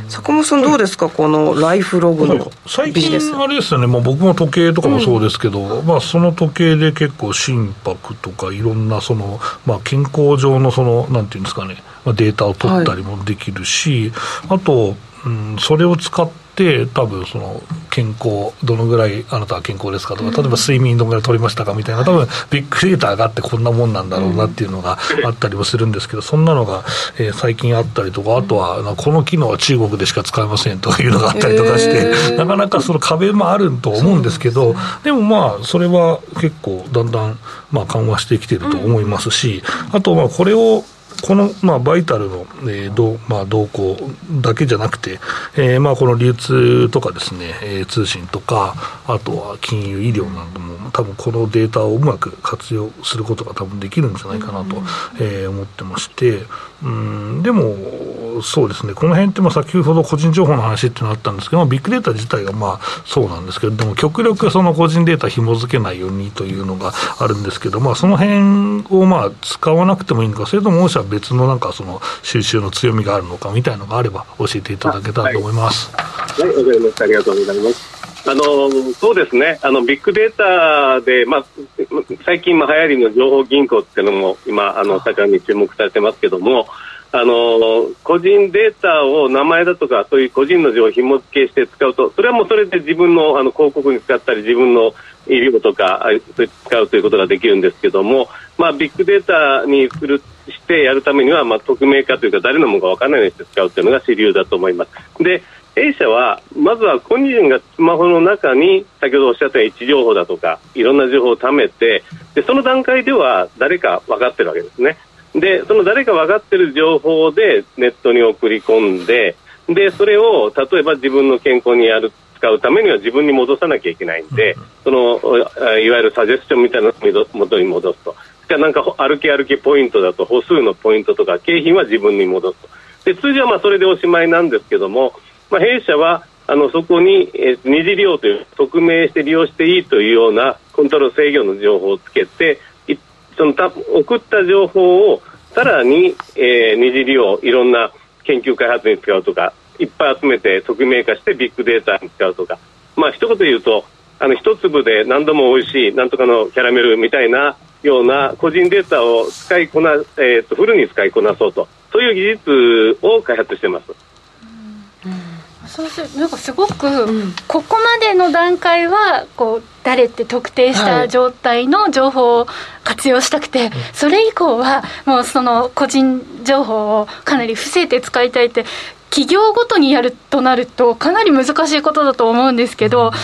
Speaker 2: 坂本さんどうですか、このライフログのビジネス。
Speaker 1: 最近あれですよね、まあ、僕も時計とかもそうですけど、うんまあ、その時計で結構心拍とかいろんなその、まあ、健康上のそのなんていうんですかね、まあ、データを取ったりもできるし、はい、あと、うん、それを使って多分その健康どのぐらいあなたは健康ですかとか、例えば睡眠どのぐらい取りましたかみたいな、多分ビッグデータがあってこんなもんなんだろうなっていうのがあったりもするんですけど、そんなのが、えー、最近あったりとか、あとはこの機能は中国でしか使えませんというのがあったりとかして、えー、なかなかその壁もあると思うんですけど、でもまあそれは結構だんだんまあ緩和してきていると思いますし、あとまあこれをこの、まあ、バイタルの、えーどまあ、動向だけじゃなくて、えーまあ、この流通とかですね、えー、通信とか、あとは金融医療なども多分このデータをうまく活用することが多分できるんじゃないかなと、うんえー、思ってまして、うんでもそうですね、この辺ってまあ先ほど個人情報の話っていうのがあったんですけど、ビッグデータ自体がまあそうなんですけど、でも極力その個人データ紐付けないようにというのがあるんですけど、まあ、その辺をまあ使わなくてもいいのか、それとも御社は別のなんかその収集の強みがあるのかみたいなのがあれば教えていただけたらと思います。
Speaker 5: はい、わ、はい、かりました。ありがとうございます。あのそうですね、あのビッグデータで、まあ、最近まあ流行りの情報銀行っていうのも今あの盛んに注目されてますけども、あの個人データを名前だとかそういう個人の情報を紐付けして使うと、それはもうそれで自分の、あの広告に使ったり自分の医療とか使うということができるんですけども、まあ、ビッグデータにするしてやるためには、まあ、匿名化というか誰のものか分からないようにして使うというのが主流だと思います。で、弊社はまずは個人がスマホの中に先ほどおっしゃった位置情報だとかいろんな情報を貯めて、でその段階では誰か分かってるわけですね。でその誰か分かってる情報でネットに送り込んで、でそれを例えば自分の健康にやる使うためには自分に戻さなきゃいけないんで、そのいわゆるサジェスションみたいなのを元に戻すと、なんか歩き歩きポイントだと歩数のポイントとか景品は自分に戻すと。で通常はまあそれでおしまいなんですけども、まあ、弊社はあのそこに、えー、二次利用という匿名して利用していいというようなコントロール制御の情報をつけて、そのた送った情報をさらに、えー、二次利用いろんな研究開発に使うとか、いっぱい集めて匿名化してビッグデータに使うとか、まあ一言言うとあの一粒で何度も美味しいなんとかのキャラメルみたいなような個人データを使いこな、えー、とフルに使いこなそうと、そういう技術を開発してます。
Speaker 3: そうするなんかすごく、うん、ここまでの段階はこう誰って特定した状態の情報を活用したくて、はい、それ以降はもうその個人情報をかなり伏せて使いたいって企業ごとにやるとなるとかなり難しいことだと思うんですけど、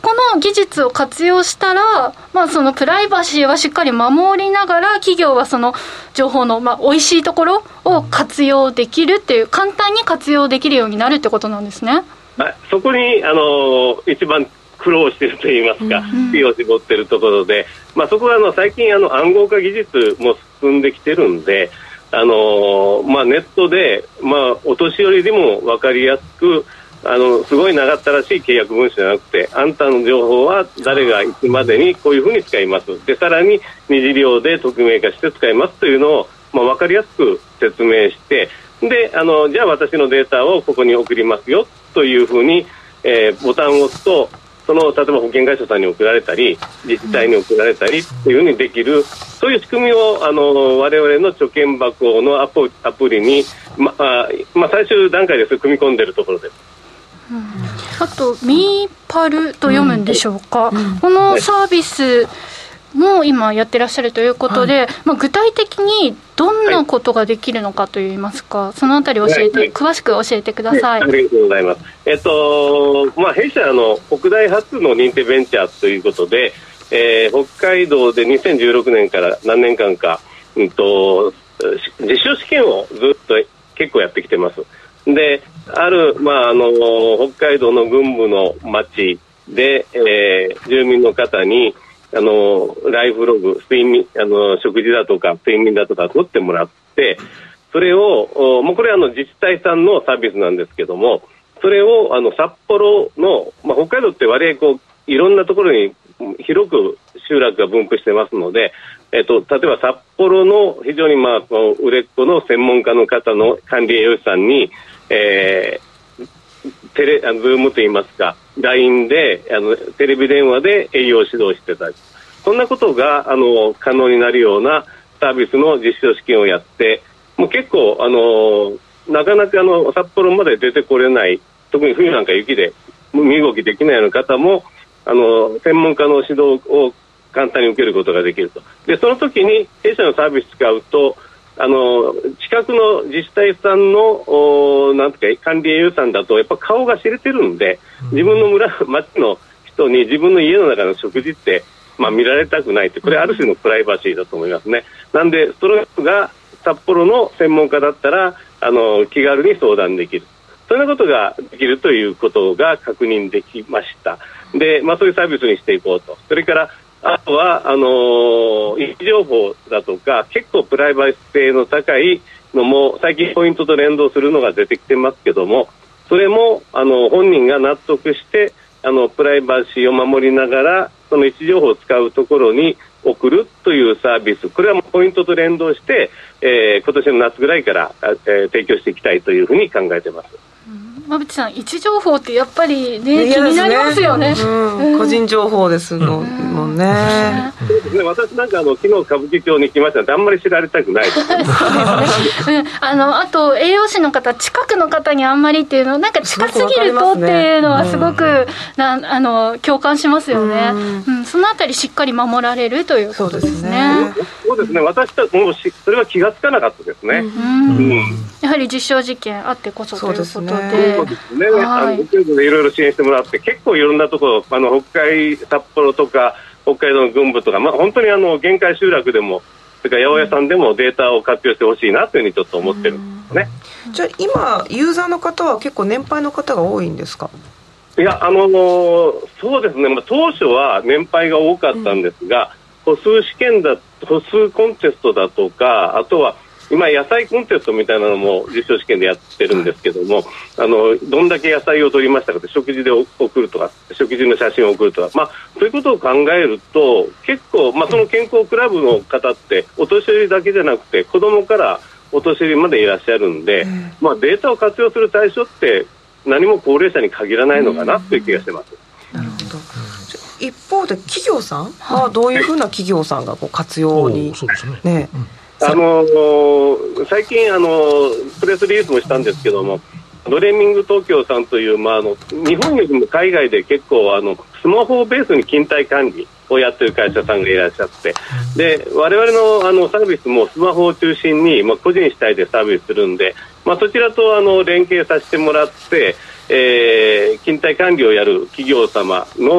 Speaker 3: この技術を活用したら、まあ、そのプライバシーはしっかり守りながら企業はその情報の、まあ、美味しいところを活用できるっていう、簡単に活用できるようになるってことなんですね。
Speaker 5: はい、そこにあの一番苦労しているといいますか、火を絞っているところで、まあ、そこはあの最近あの暗号化技術も進んできてるんで、あのまあ、ネットで、まあ、お年寄りでも分かりやすく、あのすごい長ったらしい契約文書じゃなくて、あんたの情報は誰がいつまでにこういうふうに使います、でさらに二次利用で匿名化して使いますというのを、まあ、分かりやすく説明して、であのじゃあ私のデータをここに送りますよというふうに、えー、ボタンを押すと、その例えば保険会社さんに送られたり自治体に送られたりというふうにできる、そういう仕組みをあの我々の貯券箱のアプ、アプリに、まあまあ、最終段階です組み込んでいるところです。
Speaker 3: うん、あとミーパルと読むんでしょうか、うん、このサービスも今やってらっしゃるということで、はい、まあ、具体的にどんなことができるのかといいますか、はい、そのあたり教えて、はい、詳しく教えてください。
Speaker 5: はい、ありがとうございます。えっとまあ、弊社の国内初の認定ベンチャーということで、えー、北海道でにせんじゅうろくねんから何年間か、うん、と実証試験をずっと結構やってきてます。である、まあ、あの北海道の軍部の町で、えー、住民の方にあのライフログ、睡眠、あの食事だとか睡眠だとか取ってもらって、それをもうこれはあの自治体さんのサービスなんですけども、それをあの札幌の、まあ、北海道って割合こういろんなところに広く集落が分布してますので、えっと、例えば札幌の非常に、まあ、売れっ子の専門家の方の管理栄養士さんに、えー、テレあのズームといいますか ライン であのテレビ電話で栄養指導してたり、そんなことがあの可能になるようなサービスの実証試験をやって、もう結構あのなかなかあの札幌まで出てこれない、特に冬なんか雪で身動きできないような方もあの専門家の指導を簡単に受けることができると。でその時に弊社のサービス使うと、あの近くの自治体さんのなんていうか管理栄養士さんだとやっぱ顔が知れてるんで、自分の村町の人に自分の家の中の食事って、まあ、見られたくないって、これある種のプライバシーだと思いますね。なんでそれが札幌の専門家だったらあの気軽に相談できる、そんなことができるということが確認できました。で、まあ、そういうサービスにしていこうと。それからあとはあのー、位置情報だとか結構プライバシー性の高いのも最近ポイントと連動するのが出てきてますけども、それもあの本人が納得してあのプライバシーを守りながらその位置情報を使うところに送るというサービス、これはもうポイントと連動して、えー、今年の夏ぐらいから、えー、提供していきたいというふうに考えています。
Speaker 3: 馬渕さん、位置情報ってやっぱり、ね、気になりますよね、
Speaker 2: うんうん、個人情報ですの、うん、もんね。
Speaker 5: そうですね、私なんかあの昨日歌舞伎町に来ましたのであんまり知られたくないです、ね
Speaker 3: うん、あのあと栄養士の方、近くの方にあんまりっていうの、なんか近すぎるとっていうのはすごく、ね、うん、なあの共感しますよね、うんうん、そのあたりしっかり守られるということですね。
Speaker 5: そうですね、私たちもそれは気がつかなかったですね、
Speaker 3: うんうん、やはり実証実験あってこそということで、
Speaker 5: そうですね、あの北海道でいろいろ支援してもらって結構いろんなところ、あの北海札幌とか北海道の軍部とか、まあ、本当にあの限界集落でもそれから八百屋さんでもデータを活用してほしいなというふうにちょっと思ってるんですね。
Speaker 2: じゃあ今ユーザーの方は結構年配の方が多いんですか？
Speaker 5: いや、あのー、そうですね、まあ、当初は年配が多かったんですが、うん、歩数試験だ歩数コンテストだとか、あとは今野菜コンテストみたいなのも実証試験でやってるんですけども、あのどんだけ野菜を取りましたかって食事で送るとか食事の写真を送るとか、まあ、そういうことを考えると結構、まあ、その健康クラブの方ってお年寄りだけじゃなくて子どもからお年寄りまでいらっしゃるんで、まあ、データを活用する対象って何も高齢者に限らないのかなという気がしてます。
Speaker 2: なるほど。一方で企業さんはどういうふうな企業さんがこう活用に、
Speaker 1: そうですね、
Speaker 2: ね、うん、
Speaker 5: あのー、最近あのー、プレスリリースもしたんですけども、ドレーミング東京さんという、まあ、あの日本よりも海外で結構あのスマホをベースに勤怠管理をやってる会社さんがいらっしゃって、で我々 の, あのサービスもスマホを中心に、まあ、個人主体でサービスするんで、まあ、そちらとあの連携させてもらって、えー、勤怠管理をやる企業様の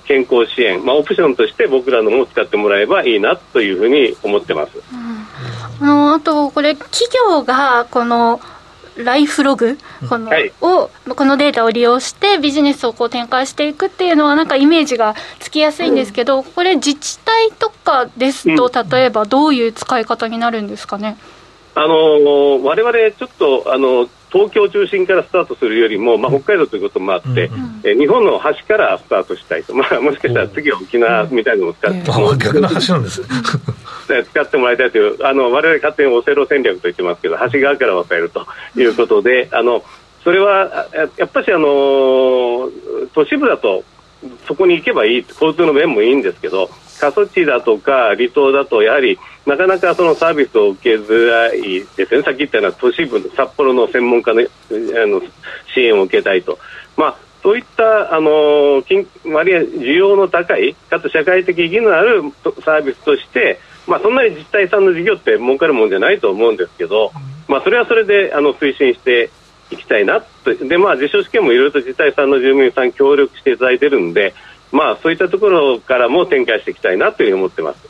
Speaker 5: 健康支援、まあ、オプションとして僕らのも使ってもらえばいいなというふうに思ってます。
Speaker 3: うん、あのあとこれ企業がこのライフログこの、はい、をこのデータを利用してビジネスをこう展開していくっていうのはなんかイメージがつきやすいんですけど、うん、これ自治体とかですと、うん、例えばどういう使い方になるんですかね。
Speaker 5: あの我々ちょっとあの東京中心からスタートするよりも、まあ、北海道ということもあって、うん、え日本の端からスタートしたいと、まあ、もしかしたら次は沖縄みたいなのも使って、
Speaker 1: うん、逆の端なんです
Speaker 5: 使ってもらいたいというあの我々勝手にオセロ戦略と言ってますけど端側から渡るということで、あのそれはやっぱりあの都市部だとそこに行けばいい、交通の便もいいんですけど、過疎地だとか離島だとやはりなかなかそのサービスを受けづらいですね。さっき言ったような都市部の札幌の専門家の、あの支援を受けたいと、まあ、そういったあの割合需要の高いかつ社会的意義のあるサービスとして、まあ、そんなに自治体さんの事業って儲かるもんじゃないと思うんですけど、まあ、それはそれであの推進していきたいなと。で、まあ、実証試験もいろいろと自治体さんの住民さん協力していただいているんで、まあ、そういったところからも展開していきたいなというふうに思ってます。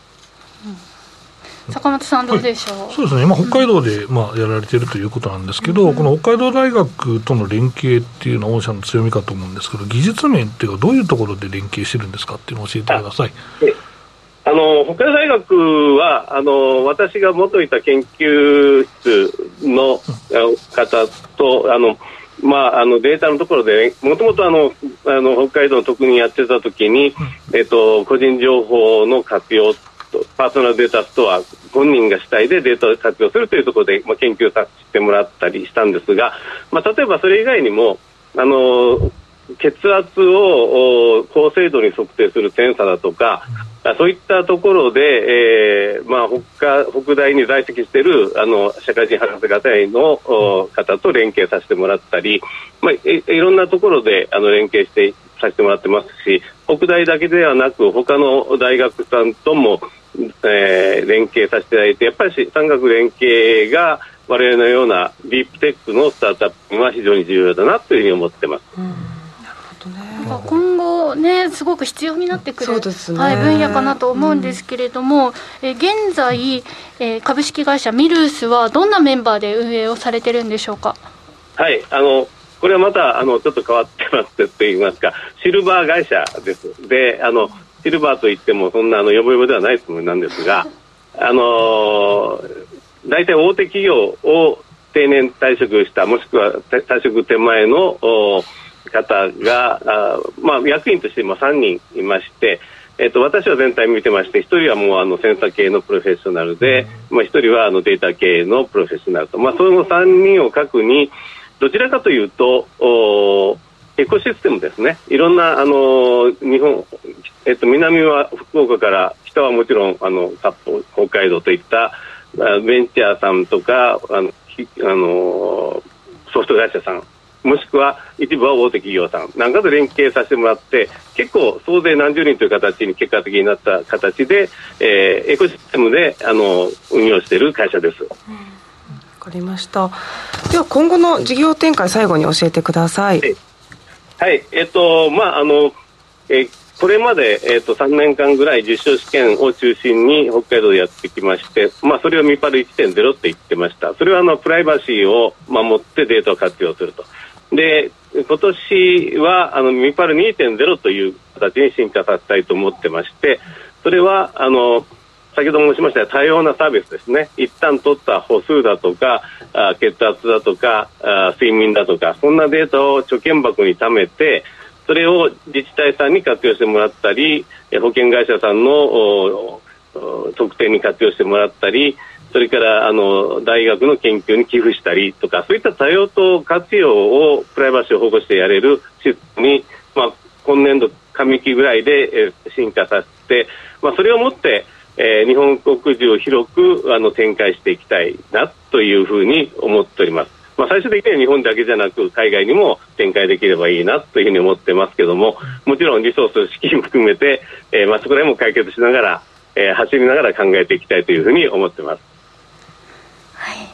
Speaker 3: うん、坂本さんどうでしょう。
Speaker 1: はい、そうですね、今北海道で、まあ、やられているということなんですけど、うん、この北海道大学との連携っていうのは御社の強みかと思うんですけど、技術面っていうかどういうところで連携してるんですかっていうのを教えてください。
Speaker 5: あの北海道大学はあの私が元いた研究室の方とあのまあ、あのデータのところでもともとあのあの北海道の特にやってた時に、えっと、個人情報の活用とパーソナルデータストア本人が主体でデータを活用するというところで、まあ、研究させてもらったりしたんですが、まあ、例えばそれ以外にもあの血圧を高精度に測定するセンサーだとか、そういったところで、えーまあ、北, 北大に在籍しているあの社会人博士課程の方と連携させてもらったり、まあ、い, いろんなところであの連携してさせてもらってますし、北大だけではなく他の大学さんとも、えー、連携させていただいて、やっぱり産学連携が我々のようなディープテックのスタートアップには非常に重要だなというふうに思ってます。うん、
Speaker 3: 今後ねすごく必要になってくる、
Speaker 2: そうですね、
Speaker 3: はい、分野かなと思うんですけれども、うん、え現在、えー、株式会社ミルースはどんなメンバーで運営をされてるんでしょうか。
Speaker 5: はい、あのこれはまたあのちょっと変わってますと言いますか、シルバー会社です。で、あのシルバーといってもそんなあのヨボヨボではないつもりなんですがあの大体大手企業を定年退職したもしくは退職手前の方があ、まあ、役員として今さんにんいまして、えっと、私は全体見てまして、ひとりはもうあのセンサー系のプロフェッショナルで、まあ、ひとりはあのデータ系のプロフェッショナルと、まあ、そのさんにんを核にどちらかというとエコシステムですね、いろんなあの日本、えっと、南は福岡から北はもちろんあの札幌北海道といったベンチャーさんとかあのあのソフト会社さんもしくは一部は大手企業さんなんかと連携させてもらって結構総勢何十人という形に結果的になった形で、えー、エコシステムであの運用している会社です。わ
Speaker 2: かりました。では今後の事業展開最後に教えてください。
Speaker 5: はい、えっとまああの、えーこれまで、えー、とさんねんかんぐらい実証試験を中心に北海道でやってきまして、まあ、それをミパル いってんゼロ って言ってました。それはあのプライバシーを守ってデータを活用すると。で今年はあのミパル にてんゼロ という形に進化させたいと思ってまして、それはあの先ほど申しました多様なサービスですね。一旦取った歩数だとかあ血圧だとかあ睡眠だとかそんなデータを貯券箱に貯めて、それを自治体さんに活用してもらったり、保険会社さんの特典に活用してもらったり、それからあの大学の研究に寄付したりとか、そういった多用途活用をプライバシーを保護してやれるシステムに、まあ、今年度上期ぐらいで進化させて、まあ、それをもって、えー、日本国中を広くあの展開していきたいなというふうに思っております。まあ、最終的には日本だけじゃなく海外にも展開できればいいなというふうに思ってますけども、もちろんリソース資金含めて、えーまあ、そこら辺も解決しながら、えー、走りながら考えていきたいというふうに思ってます。
Speaker 3: はい、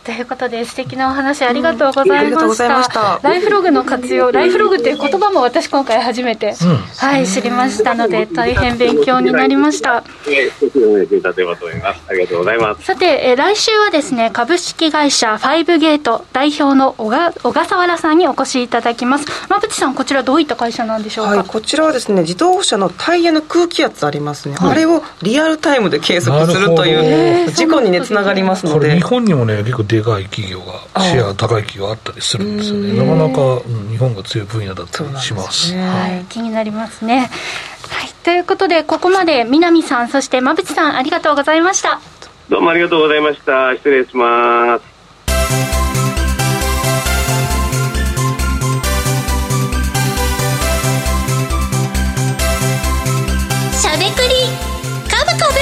Speaker 3: ということで素敵なお話ありがとうございました、
Speaker 2: うん、した
Speaker 3: ライフログの活用、ライフログっていう言葉も私今回初めて、うん、はい、知りましたので大変勉強になりました。
Speaker 5: ありがとうございます。
Speaker 3: さて、え来週はですね、株式会社ファイブゲート代表の小が小笠原さんにお越しいただきます。馬淵さん、こちらどういった会社なんでしょうか。
Speaker 2: はい、こちらはですね、自動車のタイヤの空気圧ありますね、はい、あれをリアルタイムで計測するという事故にねつながりますので、
Speaker 1: これ日本にもね結構でかい企業がシェア高い企業あったりするんですよね。なかなか、うん、日本が強い分野だったりします。
Speaker 3: はい、気になりますね。はい、ということでここまで南さんそして馬淵さんありがとうございました。
Speaker 5: どうもありがとうございました。失礼します。
Speaker 4: しゃべくりカブカブ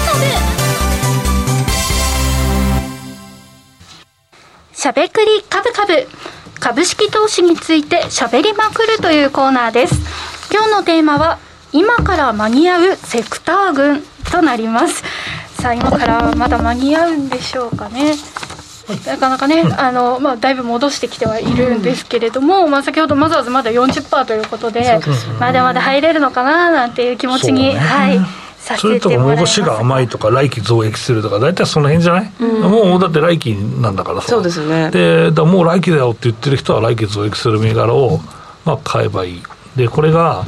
Speaker 3: しゃべくりカブカブ、株式投資についてしゃべりまくるというコーナーです。今日のテーマは今から間に合うセクター群となります。さあ今からまだ間に合うんでしょうかね。なかなかね、あのまあ、だいぶ戻してきてはいるんですけれども、まあ、先ほどまずまずまだ よんじゅっパーセント ということで、まだまだ入れるのかななんていう気持ちに、ね、はい、させてもらいます。
Speaker 1: それとか戻しが甘いとか来期増益するとか大体その辺じゃない、うん、もうだって来期なんだからさ。
Speaker 2: そうですね。
Speaker 1: でだもう来期だよって言ってる人は来期増益する銘柄を、まあ、買えばいい。でこれが、はい、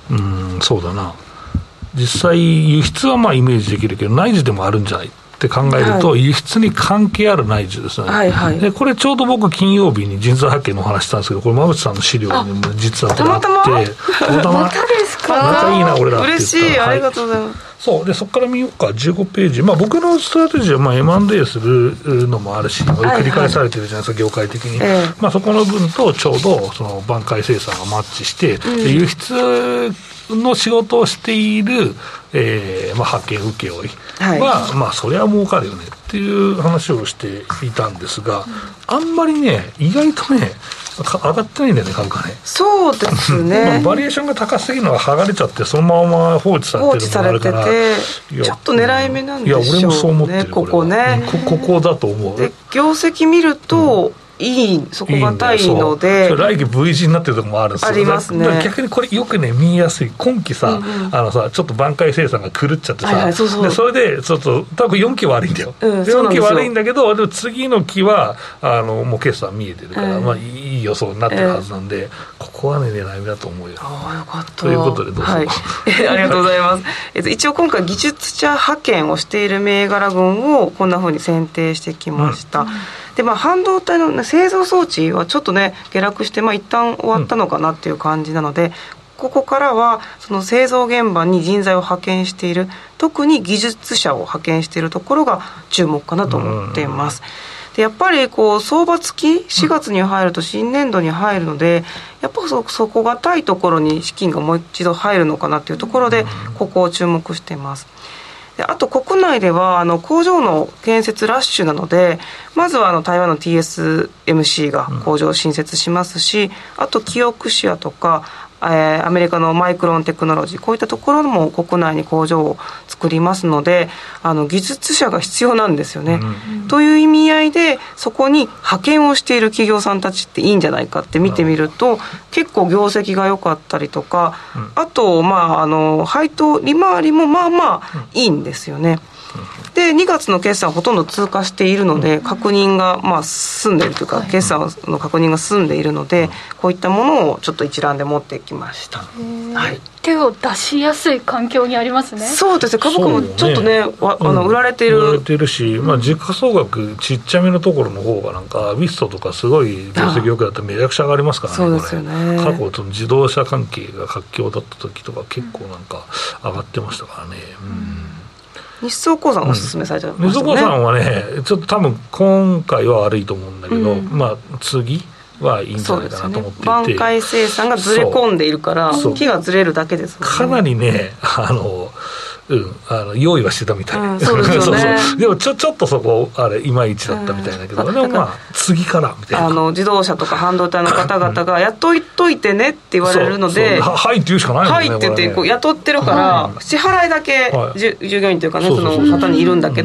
Speaker 1: うんそうだな、実際輸出はまあイメージできるけど内需でもあるんじゃないって考えると、はい、輸出に関係ある内需ですよね、はいはい、でこれちょうど僕金曜日に人材発見のお話したんですけど、これ馬淵さんの資料にも実はこれあって、たまたま
Speaker 2: たまたですか。
Speaker 1: またいいな俺らって言ったら
Speaker 2: 嬉しい、ありがとうございます、はい、
Speaker 1: そうでそこから見ようか。じゅうごページ、まあ、僕のストラテジーはまあ エムアンドエー するのもあるし、繰り返されてるじゃないですか、業界的に、えーまあ、そこの分とちょうどその挽回生産がマッチして、うん、で輸出の仕事をしている、えーまあ、派遣請負は、はい、まあそりゃ儲かるよねっていう話をしていたんですが、あんまりね意外とね上がってないんだよね、株価ね。
Speaker 2: そうですね、
Speaker 1: まあ、バリエーションが高すぎるのが剥がれちゃってそのまま放置されてるのがあるから、
Speaker 2: 放置されててちょっと狙い目なんでしょうね。
Speaker 1: いや俺もそう思ってる、
Speaker 2: ここね、
Speaker 1: こ, ここだと思う。
Speaker 2: で業績見ると、うんいい底堅いので、
Speaker 1: いい来期 V 字になってるところもあるんですよ。
Speaker 2: ありますね。
Speaker 1: 逆にこれよくね見えやすい。今期さ、うんうん、あのさちょっと挽回生産が狂っちゃってさ、はいはい、そうそうでそれでちょっと多分よんき悪いんだよ、うん、よんき悪いんだけどでも次の期はあのもう決算見えてるから、うんまあ、いい予想になってるはずなんで、うん、ここはね狙い目だと思うよ。
Speaker 2: ああよかった。
Speaker 1: ということでどうぞ、はい、
Speaker 2: ありがとうございますえっと、一応今回技術者派遣をしている銘柄群をこんな風に選定してきました、うんでまあ、半導体の、ね、製造装置はちょっとね下落して、まあ、一旦終わったのかなっていう感じなので、うん、ここからはその製造現場に人材を派遣している、特に技術者を派遣しているところが注目かなと思っています。でやっぱりこう相場付きしがつに入ると新年度に入るので、やっぱそ底堅いところに資金がもう一度入るのかなというところでここを注目しています。であと国内ではあの工場の建設ラッシュなので、まずはあの台湾の ティーエスエムシー が工場を新設しますし、あとキオクシアとか、えー、アメリカのマイクロンテクノロジー、こういったところも国内に工場を作りますので、あの技術者が必要なんですよね、うん、という意味合いでそこに派遣をしている企業さんたちっていいんじゃないかって見てみると、結構業績が良かったりとか、うん、あと、まあ、あの配当利回りもまあまあいいんですよね。でにがつの決算ほとんど通過しているので、確認がまあ進んでいるというか、決算の確認が進んでいるので、こういったものをちょっと一覧で持ってきました、
Speaker 3: はい、手を出しやすい環境にありますね。
Speaker 2: そうですね、株価もちょっと ね, ねあの売られている、
Speaker 1: 売られてるし、まあ、時価総額ちっちゃめのところの方がなんかウィストとかすごい業績良くなったらめちゃくちゃ上がりますからね。
Speaker 2: そうですよね。
Speaker 1: 過去その自動車関係が活況だった時とか結構なんか上がってましたからね、うん
Speaker 2: 日総鉱山おすすめされてましたね、
Speaker 1: うん、日総鉱山はねちょっと多分今回は悪いと思うんだけど、うん、まあ次はいいんじゃないかなと思っていて、
Speaker 2: 挽回生産がずれ込んでいるから木がずれるだけですもんね。
Speaker 1: かなりねあのうん、あの用意はしてたみたい、
Speaker 2: うん、そうですよね
Speaker 1: そうそうでもちょ、ちょっとそこあれいまいちだったみたいだけど、うん、でもまあ次からみたいな、
Speaker 2: あの自動車とか半導体の方々が雇いといてねって言われるので、
Speaker 1: ははいって言うしかないもんね。
Speaker 2: はいって言ってこう雇ってるから、はい、支払いだけ、はい、従業員というかねその方にいるんだけど、うん、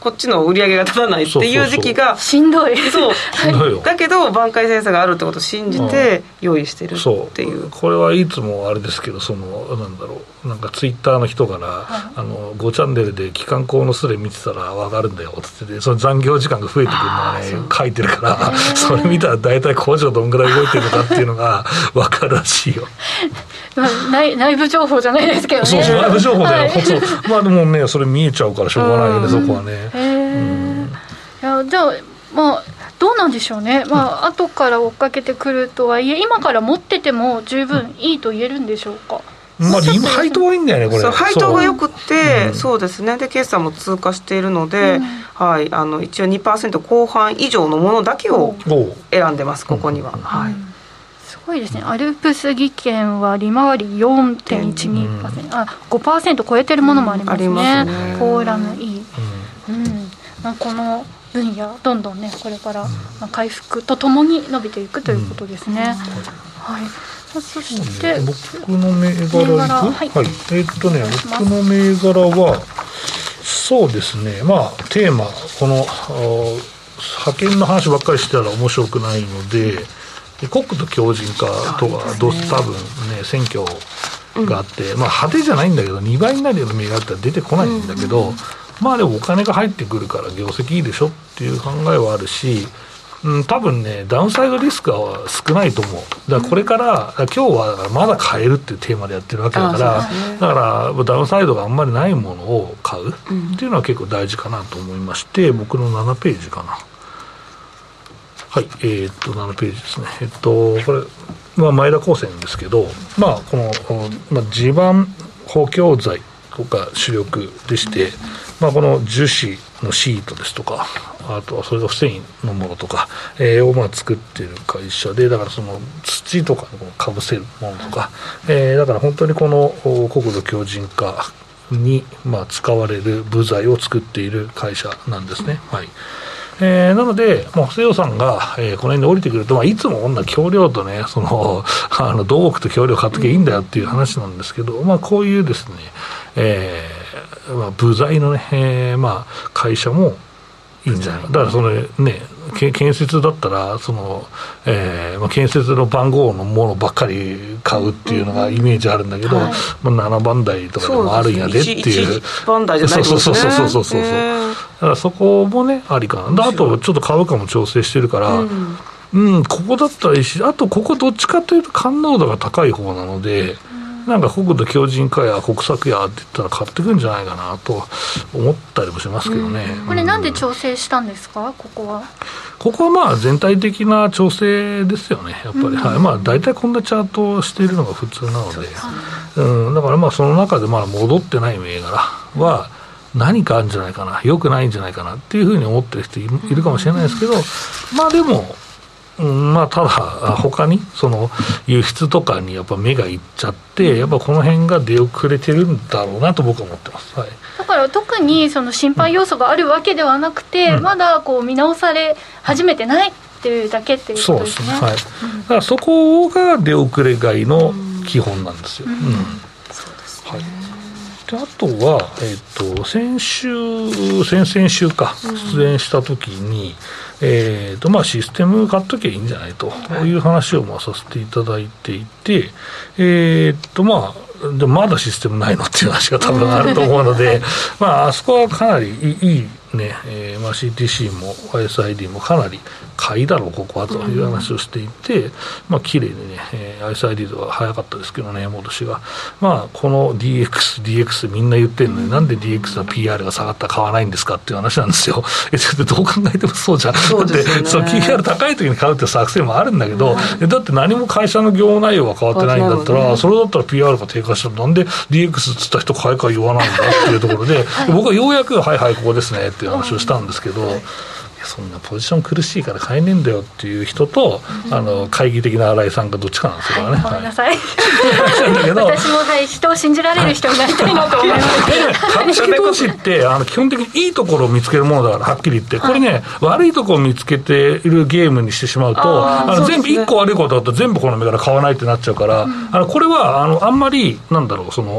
Speaker 2: こっちの売り上げが立たないっていう時期が
Speaker 3: しんどい
Speaker 2: そう
Speaker 1: しんどいよ。
Speaker 2: だけど挽回センサーがあるってことを信じて用意してるっていう、
Speaker 1: うん、そうこれはいつもあれですけど、そのなんだろう、なんかツイッターの人から、はい、あのごチャンネルで機関校のスレ見てたら分かるんだよって言ってて、その残業時間が増えてくるのがね書いてるから、それ見たら大体工場どんぐらい動いてるのかっていうのが分かるらしいよ
Speaker 3: 内, 内部情報じゃないですけどね。
Speaker 1: そうそう内部情報で、はい、まあでもねそれ見えちゃうからしょうがないよね、そこはね。へうん、
Speaker 3: いやじゃあまあどうなんでしょうね、まあ、うん、後から追っかけてくるとはいえ今から持ってても十分いいと言えるんでしょうか。
Speaker 1: まあ、今配当はいいんだよねこれ。
Speaker 2: そう配当がよくて、うん、そうですね。で決算も通過しているので、うん、はい、あの一応 にパーセント 後半以上のものだけを選んでますここには、うん、はい、
Speaker 3: すごいですね。アルプス技研は利回り よんてんいちにパーセント、うん、あ ごパーセント 超えてるものもありますね、うん、ありますね。フォーラム E、うんうん、まあ、この分野どんどんねこれから、まあ、回復とともに伸びていくということですね、うん、はい。そして、
Speaker 1: 僕の銘柄いく、はいはい、えー、っとね僕の銘柄はそうですね、まあテーマこの派遣の話ばっかりしてたら面白くないので、国土強靭化とかどうせ多分ね選挙があって、うん、まあ派手じゃないんだけどにばいになるような銘柄って出てこないんだけど、うん、まあでもお金が入ってくるから業績いいでしょっていう考えはあるし、うん、多分ねダウンサイドリスクは少ないと思う。だからこれから、うん、今日はだからまだ買えるっていうテーマでやってるわけだから、ね、だからダウンサイドがあんまりないものを買うっていうのは結構大事かなと思いまして、僕のななページかな、はい、えー、っとななページですね。えっとこれ、まあ、前田高専ですけど、まあこの、まあ、地盤補強材とか主力でして、まあ、この樹脂のシートですとか、あとはそれが繊維のものとか、えー、をまあ作っている会社で、だからその土とかにかぶせるものとか、えー、だから本当にこの国土強靭化にまあ使われる部材を作っている会社なんですね、はい。えー、なので、まあ、補正予算が、えー、この辺で降りてくると、まあ、いつもこんな橋梁とね、そのあの土木と橋梁買っときゃいいんだよっていう話なんですけど、まあ、こういうですね、えーまあ、部材のね、えーまあ、会社もいいんじゃないか。だからそのね、建設だったらその、えーまあ、建設の番号のものばっかり買うっていうのがイメージあるんだけど、うん、はい、まあ、ななばん台とかでもあるんやでっていう、
Speaker 2: いちばん台じゃないですね。
Speaker 1: そうそうそうそうそうそう、だからそこもねありかな。あとちょっと株価も調整してるから、うんうん、ここだったらいいし、あとここどっちかというと感濃度が高い方なので、なんか国土強靭化や国策やって言ったら買ってくるんじゃないかなと思ったりもしますけどね、
Speaker 3: うん、これなんで調整したんですか、ここは。
Speaker 1: ここはまあ全体的な調整ですよねやっぱり、うん、はい。まあ大体こんなチャートをしているのが普通なので、うん、だからまあその中でまだ戻ってない銘柄は何かあるんじゃないかな、良くないんじゃないかなっていうふうに思ってる人いるかもしれないですけど、まあでもうん、まあ、ただ他にその輸出とかにやっぱ目がいっちゃってやっぱこの辺が出遅れてるんだろうなと僕は思ってます、はい。
Speaker 3: だから特にその心配要素があるわけではなくて、うん、まだこう見直され始めてないっていうだけっていうことですね。
Speaker 1: そうですね、はい。だからそこが出遅れ買いの基本なんですよ、うんうん、そうですね、はい。であとは、えー、と先週先々週か出演した時に、うん、えーとまあ、システム買っときゃいいんじゃないという話をまあさせていただいていて、えーとまあ、でまだシステムないのっていう話が多分あると思うのでまああそこはかなりいいね、えーまあ、シーティーシー も アイエスアイディー もかなり買いだろうここはという話をしていて、うん、まあ綺麗にね、えー、アイエスアイディー とは早かったですけどね戻しが、まあこの ディーエックス、ディーエックス みんな言ってるのになんで ディーエックス は ピーアール が下がったら買わないんですかっていう話なんですよ。えちょっとどう考えてもそうじゃん。そうですよね、だってその ピーアール 高い時に買うって作戦もあるんだけど、うん、だって何も会社の業務内容が変わってないんだったら、ね、それだったら ピーアール が低下したらなんで ディーエックス っつった人買いか言わないんだっていうところで、はい、僕はようやくはいはいここですねっていう話をしたんですけど、はい、そんなポジション苦しいから買えねえんだよっていう人と、うん、あの懐疑的な新井さんがどっちかなんですよね、はい、
Speaker 3: ごめんなさい、はい、だけど私も、はい、人を信じられる人になりたいなと思います株式
Speaker 1: 投資ってあの基本的にいいところを見つけるものだからはっきり言ってこれね、はい、悪いところを見つけているゲームにしてしまうとああの全部いっこ悪いことだと全部この銘柄買わないってなっちゃうから、うん、あのこれはあのあんまりなんだろうその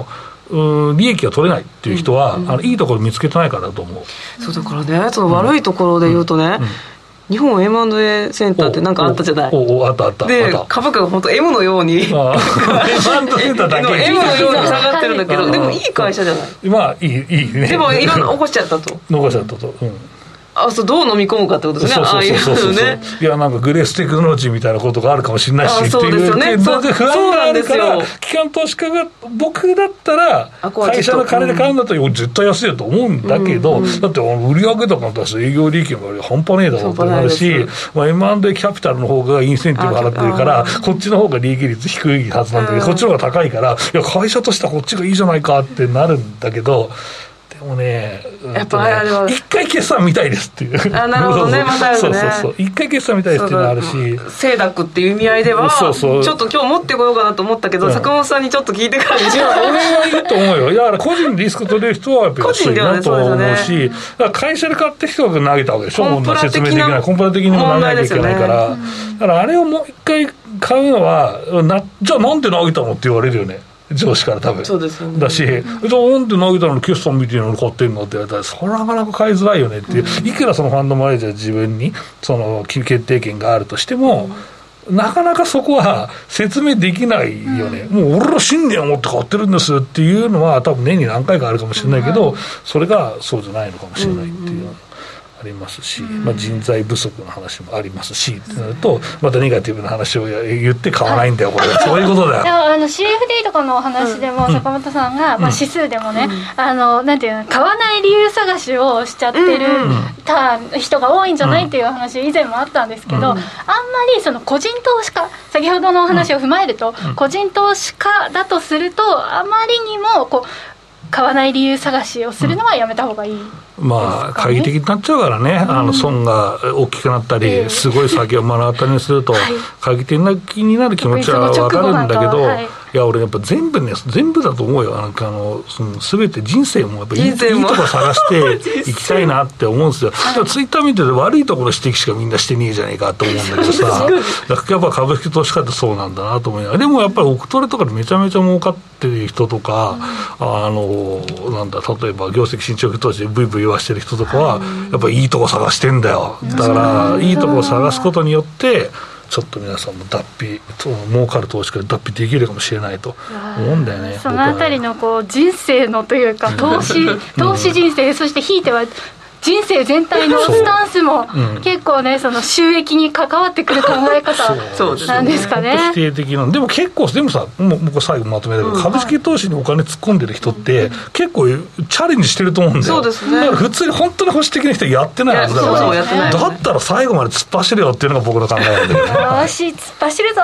Speaker 1: うん利益が取れないっていう人は、うん、あのいいところ見つけてないからだと思う。
Speaker 2: そうだからね、その悪いところで言うとね、うんうん日本 エムアンドエー センターってなんかあったじゃない。
Speaker 1: おおあったあった
Speaker 2: で株価が本当 M のように エムアンドセンターだけ M のように下がってるんだけどでもいい会社じゃない。
Speaker 1: まあいいいいね。
Speaker 2: でもいろんな起こしちゃったと
Speaker 1: 起こしちゃったと、うん
Speaker 2: あそうどう飲み込むかってことですね。
Speaker 1: そうそうそうそうそう、ね、いやなんかグレーステクノロジーみたいなことがあるかもしれないし
Speaker 2: そうですよね。
Speaker 1: 全然不安があるから機関投資家が僕だったら会社の金で買うんだったら絶対安いよと思うんだけど、うんうん、だって売上高も出す営業利益も半端ねえだろうってなるし、まあ、エムアンドエー キャピタルの方がインセンティブ払ってるからこっちの方が利益率低いはずなんだけどこっちの方が高いからいや会社としてはこっちがいいじゃないかってなるんだけどでもね、やっぱあれは一回決算見たいですっていう
Speaker 2: あなるほどねまたあるね
Speaker 1: そうそうそう一回決算見たいですっていうのがあるし
Speaker 2: セイダックっていう意味合いではそうそうちょっと今日持ってこようかなと思ったけど、うん、坂本さんにちょっと聞いてからにしよう
Speaker 1: 俺はいいと思うよ。だから個人でリスク取れる人はやっぱり安いなと思うし、ね、だから会社で買って人が投げたわけでしょ。コンプラ的なコンプラ的にもならないといけないから、ね、だからあれをもう一回買うのはなじゃあなんで投げたのって言われるよね上司から多分
Speaker 2: そうですよ、ね、
Speaker 1: だし、うん、じゃあなんで投げたのに決算見てるのに買ってんのって言われたらそれはなかなか買いづらいよねっていう、うん、いくらそのファンドマネージャー自分にその決定権があるとしても、うん、なかなかそこは説明できないよね、うん、もう俺ら信念を持って買ってるんですっていうのは多分年に何回かあるかもしれないけど、うん、それがそうじゃないのかもしれないっていう、うんありますし、まあ、人材不足の話もありますしってなるとまたネガティブな話を言って買わないんだよ、はい、これそういうことだよ。
Speaker 3: でもあの シーエフディー とかのお話でも、うん、坂本さんが、まあ、指数でもね、うん、あのなんていうの買わない理由探しをしちゃってる、た人が多いんじゃないっていう話以前もあったんですけど、うん、あんまりその個人投資家先ほどのお話を踏まえると、うん、個人投資家だとするとあまりにもこう買わない理由探しをするのはやめた方がいい、うん
Speaker 1: まあ、懐疑的になっちゃうからね、うん、あの損が大きくなったり、えー、すごい先を目の当たりにすると、はい、懐疑的な気になる気持ちは分かるんだけど、はい、いや俺やっぱ全部ね全部だと思うよ。なんかあのその全て人生もやっぱいい、いいところ探していきたいなって思うんですよ。はい、ツイッター見てて悪いところ指摘しかみんなしてねえじゃねえかと思うんだけどさやっぱ株式投資家ってそうなんだなと思いながらでもやっぱりオクトレとかでめちゃめちゃ儲かってる人とか、うん、あのなんだ例えば業績進捗投資でブイブイ言わしてる人とかはやっぱりいいとこ探してんだよ。だからいいとこ探すことによってちょっと皆さんも脱皮儲かる投資家で脱皮できるかもしれないと思うんだよね。
Speaker 3: そのあたりのこう人生のというか投資投資人生、うん、そしてひいては人生全体のスタンスも結構ねその収益に関わってくる考え方なんですかね。
Speaker 1: 否定的なでも結構でもさもう僕最後まとめたけど、うん、株式投資にお金突っ込んでる人って結構チャレンジしてると思うんだよ。
Speaker 2: そうですね。
Speaker 1: だから普通に本当に保守的な人はやってないはずだからそうそうやってない、ね、だったら最後まで突っ走れよっていうのが僕の考えなんだよね。
Speaker 3: よし突っ走るぞ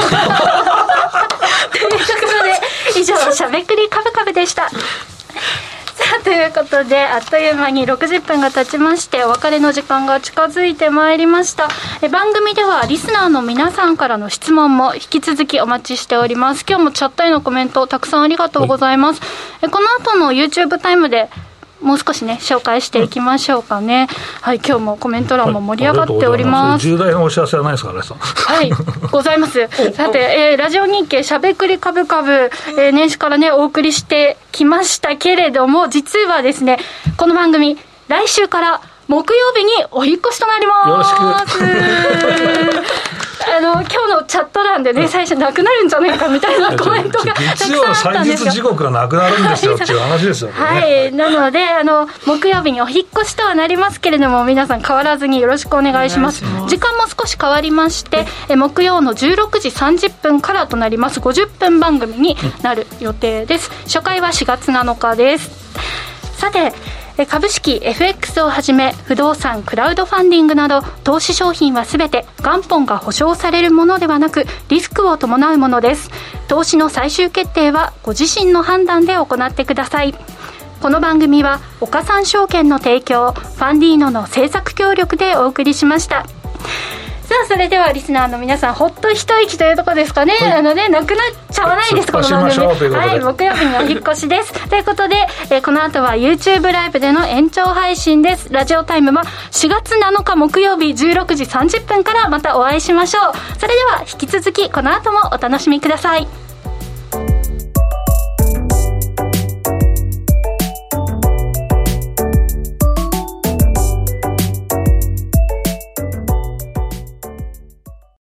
Speaker 3: ということで以上しゃべくりカブカブでした。さあということであっという間にろくじゅっぷんが経ちましてお別れの時間が近づいてまいりました。え番組ではリスナーの皆さんからの質問も引き続きお待ちしております。今日もチャットへのコメントたくさんありがとうございます、はい、えこの後の YouTube タイムでもう少しね紹介していきましょうかね、うん、はい今日もコメント欄も盛り上がっております、
Speaker 1: はい、重大なお知らせはないですかね
Speaker 3: はいございますさて、えー、ラジオ日経しゃべくりカブカブ、えー、年始からねお送りしてきましたけれども実はですねこの番組来週から木曜日にお引っ越しとなりますよろしくあの今日のチャット欄でね最初なくなるんじゃないかみたいなコメントがたくさんあったんですが
Speaker 1: 月曜の祭日時刻がなくなるんですよっていう話ですよね。
Speaker 3: はいなのであの木曜日にお引っ越しとはなりますけれども皆さん変わらずによろしくお願いします。時間も少し変わりましてえ木曜のじゅうろくじさんじゅっぷんからとなりますごじゅっぷん番組になる予定です。初回はしがつなのかです。さて株式 エフエックス をはじめ不動産クラウドファンディングなど投資商品はすべて元本が保証されるものではなくリスクを伴うものです。投資の最終決定はご自身の判断で行ってください。この番組は岡三証券の提供ファンディーノの制作協力でお送りしました。さあそれではリスナーの皆さんほっと一息というところですかね、はい、あのねなくなっちゃわないです、はい、この番組はい木曜日にお引っ越しですということで、えー、この後は YouTube ライブでの延長配信です。ラジオタイムはしがつなのか木曜日じゅうろくじさんじゅっぷんからまたお会いしましょう。それでは引き続きこの後もお楽しみください。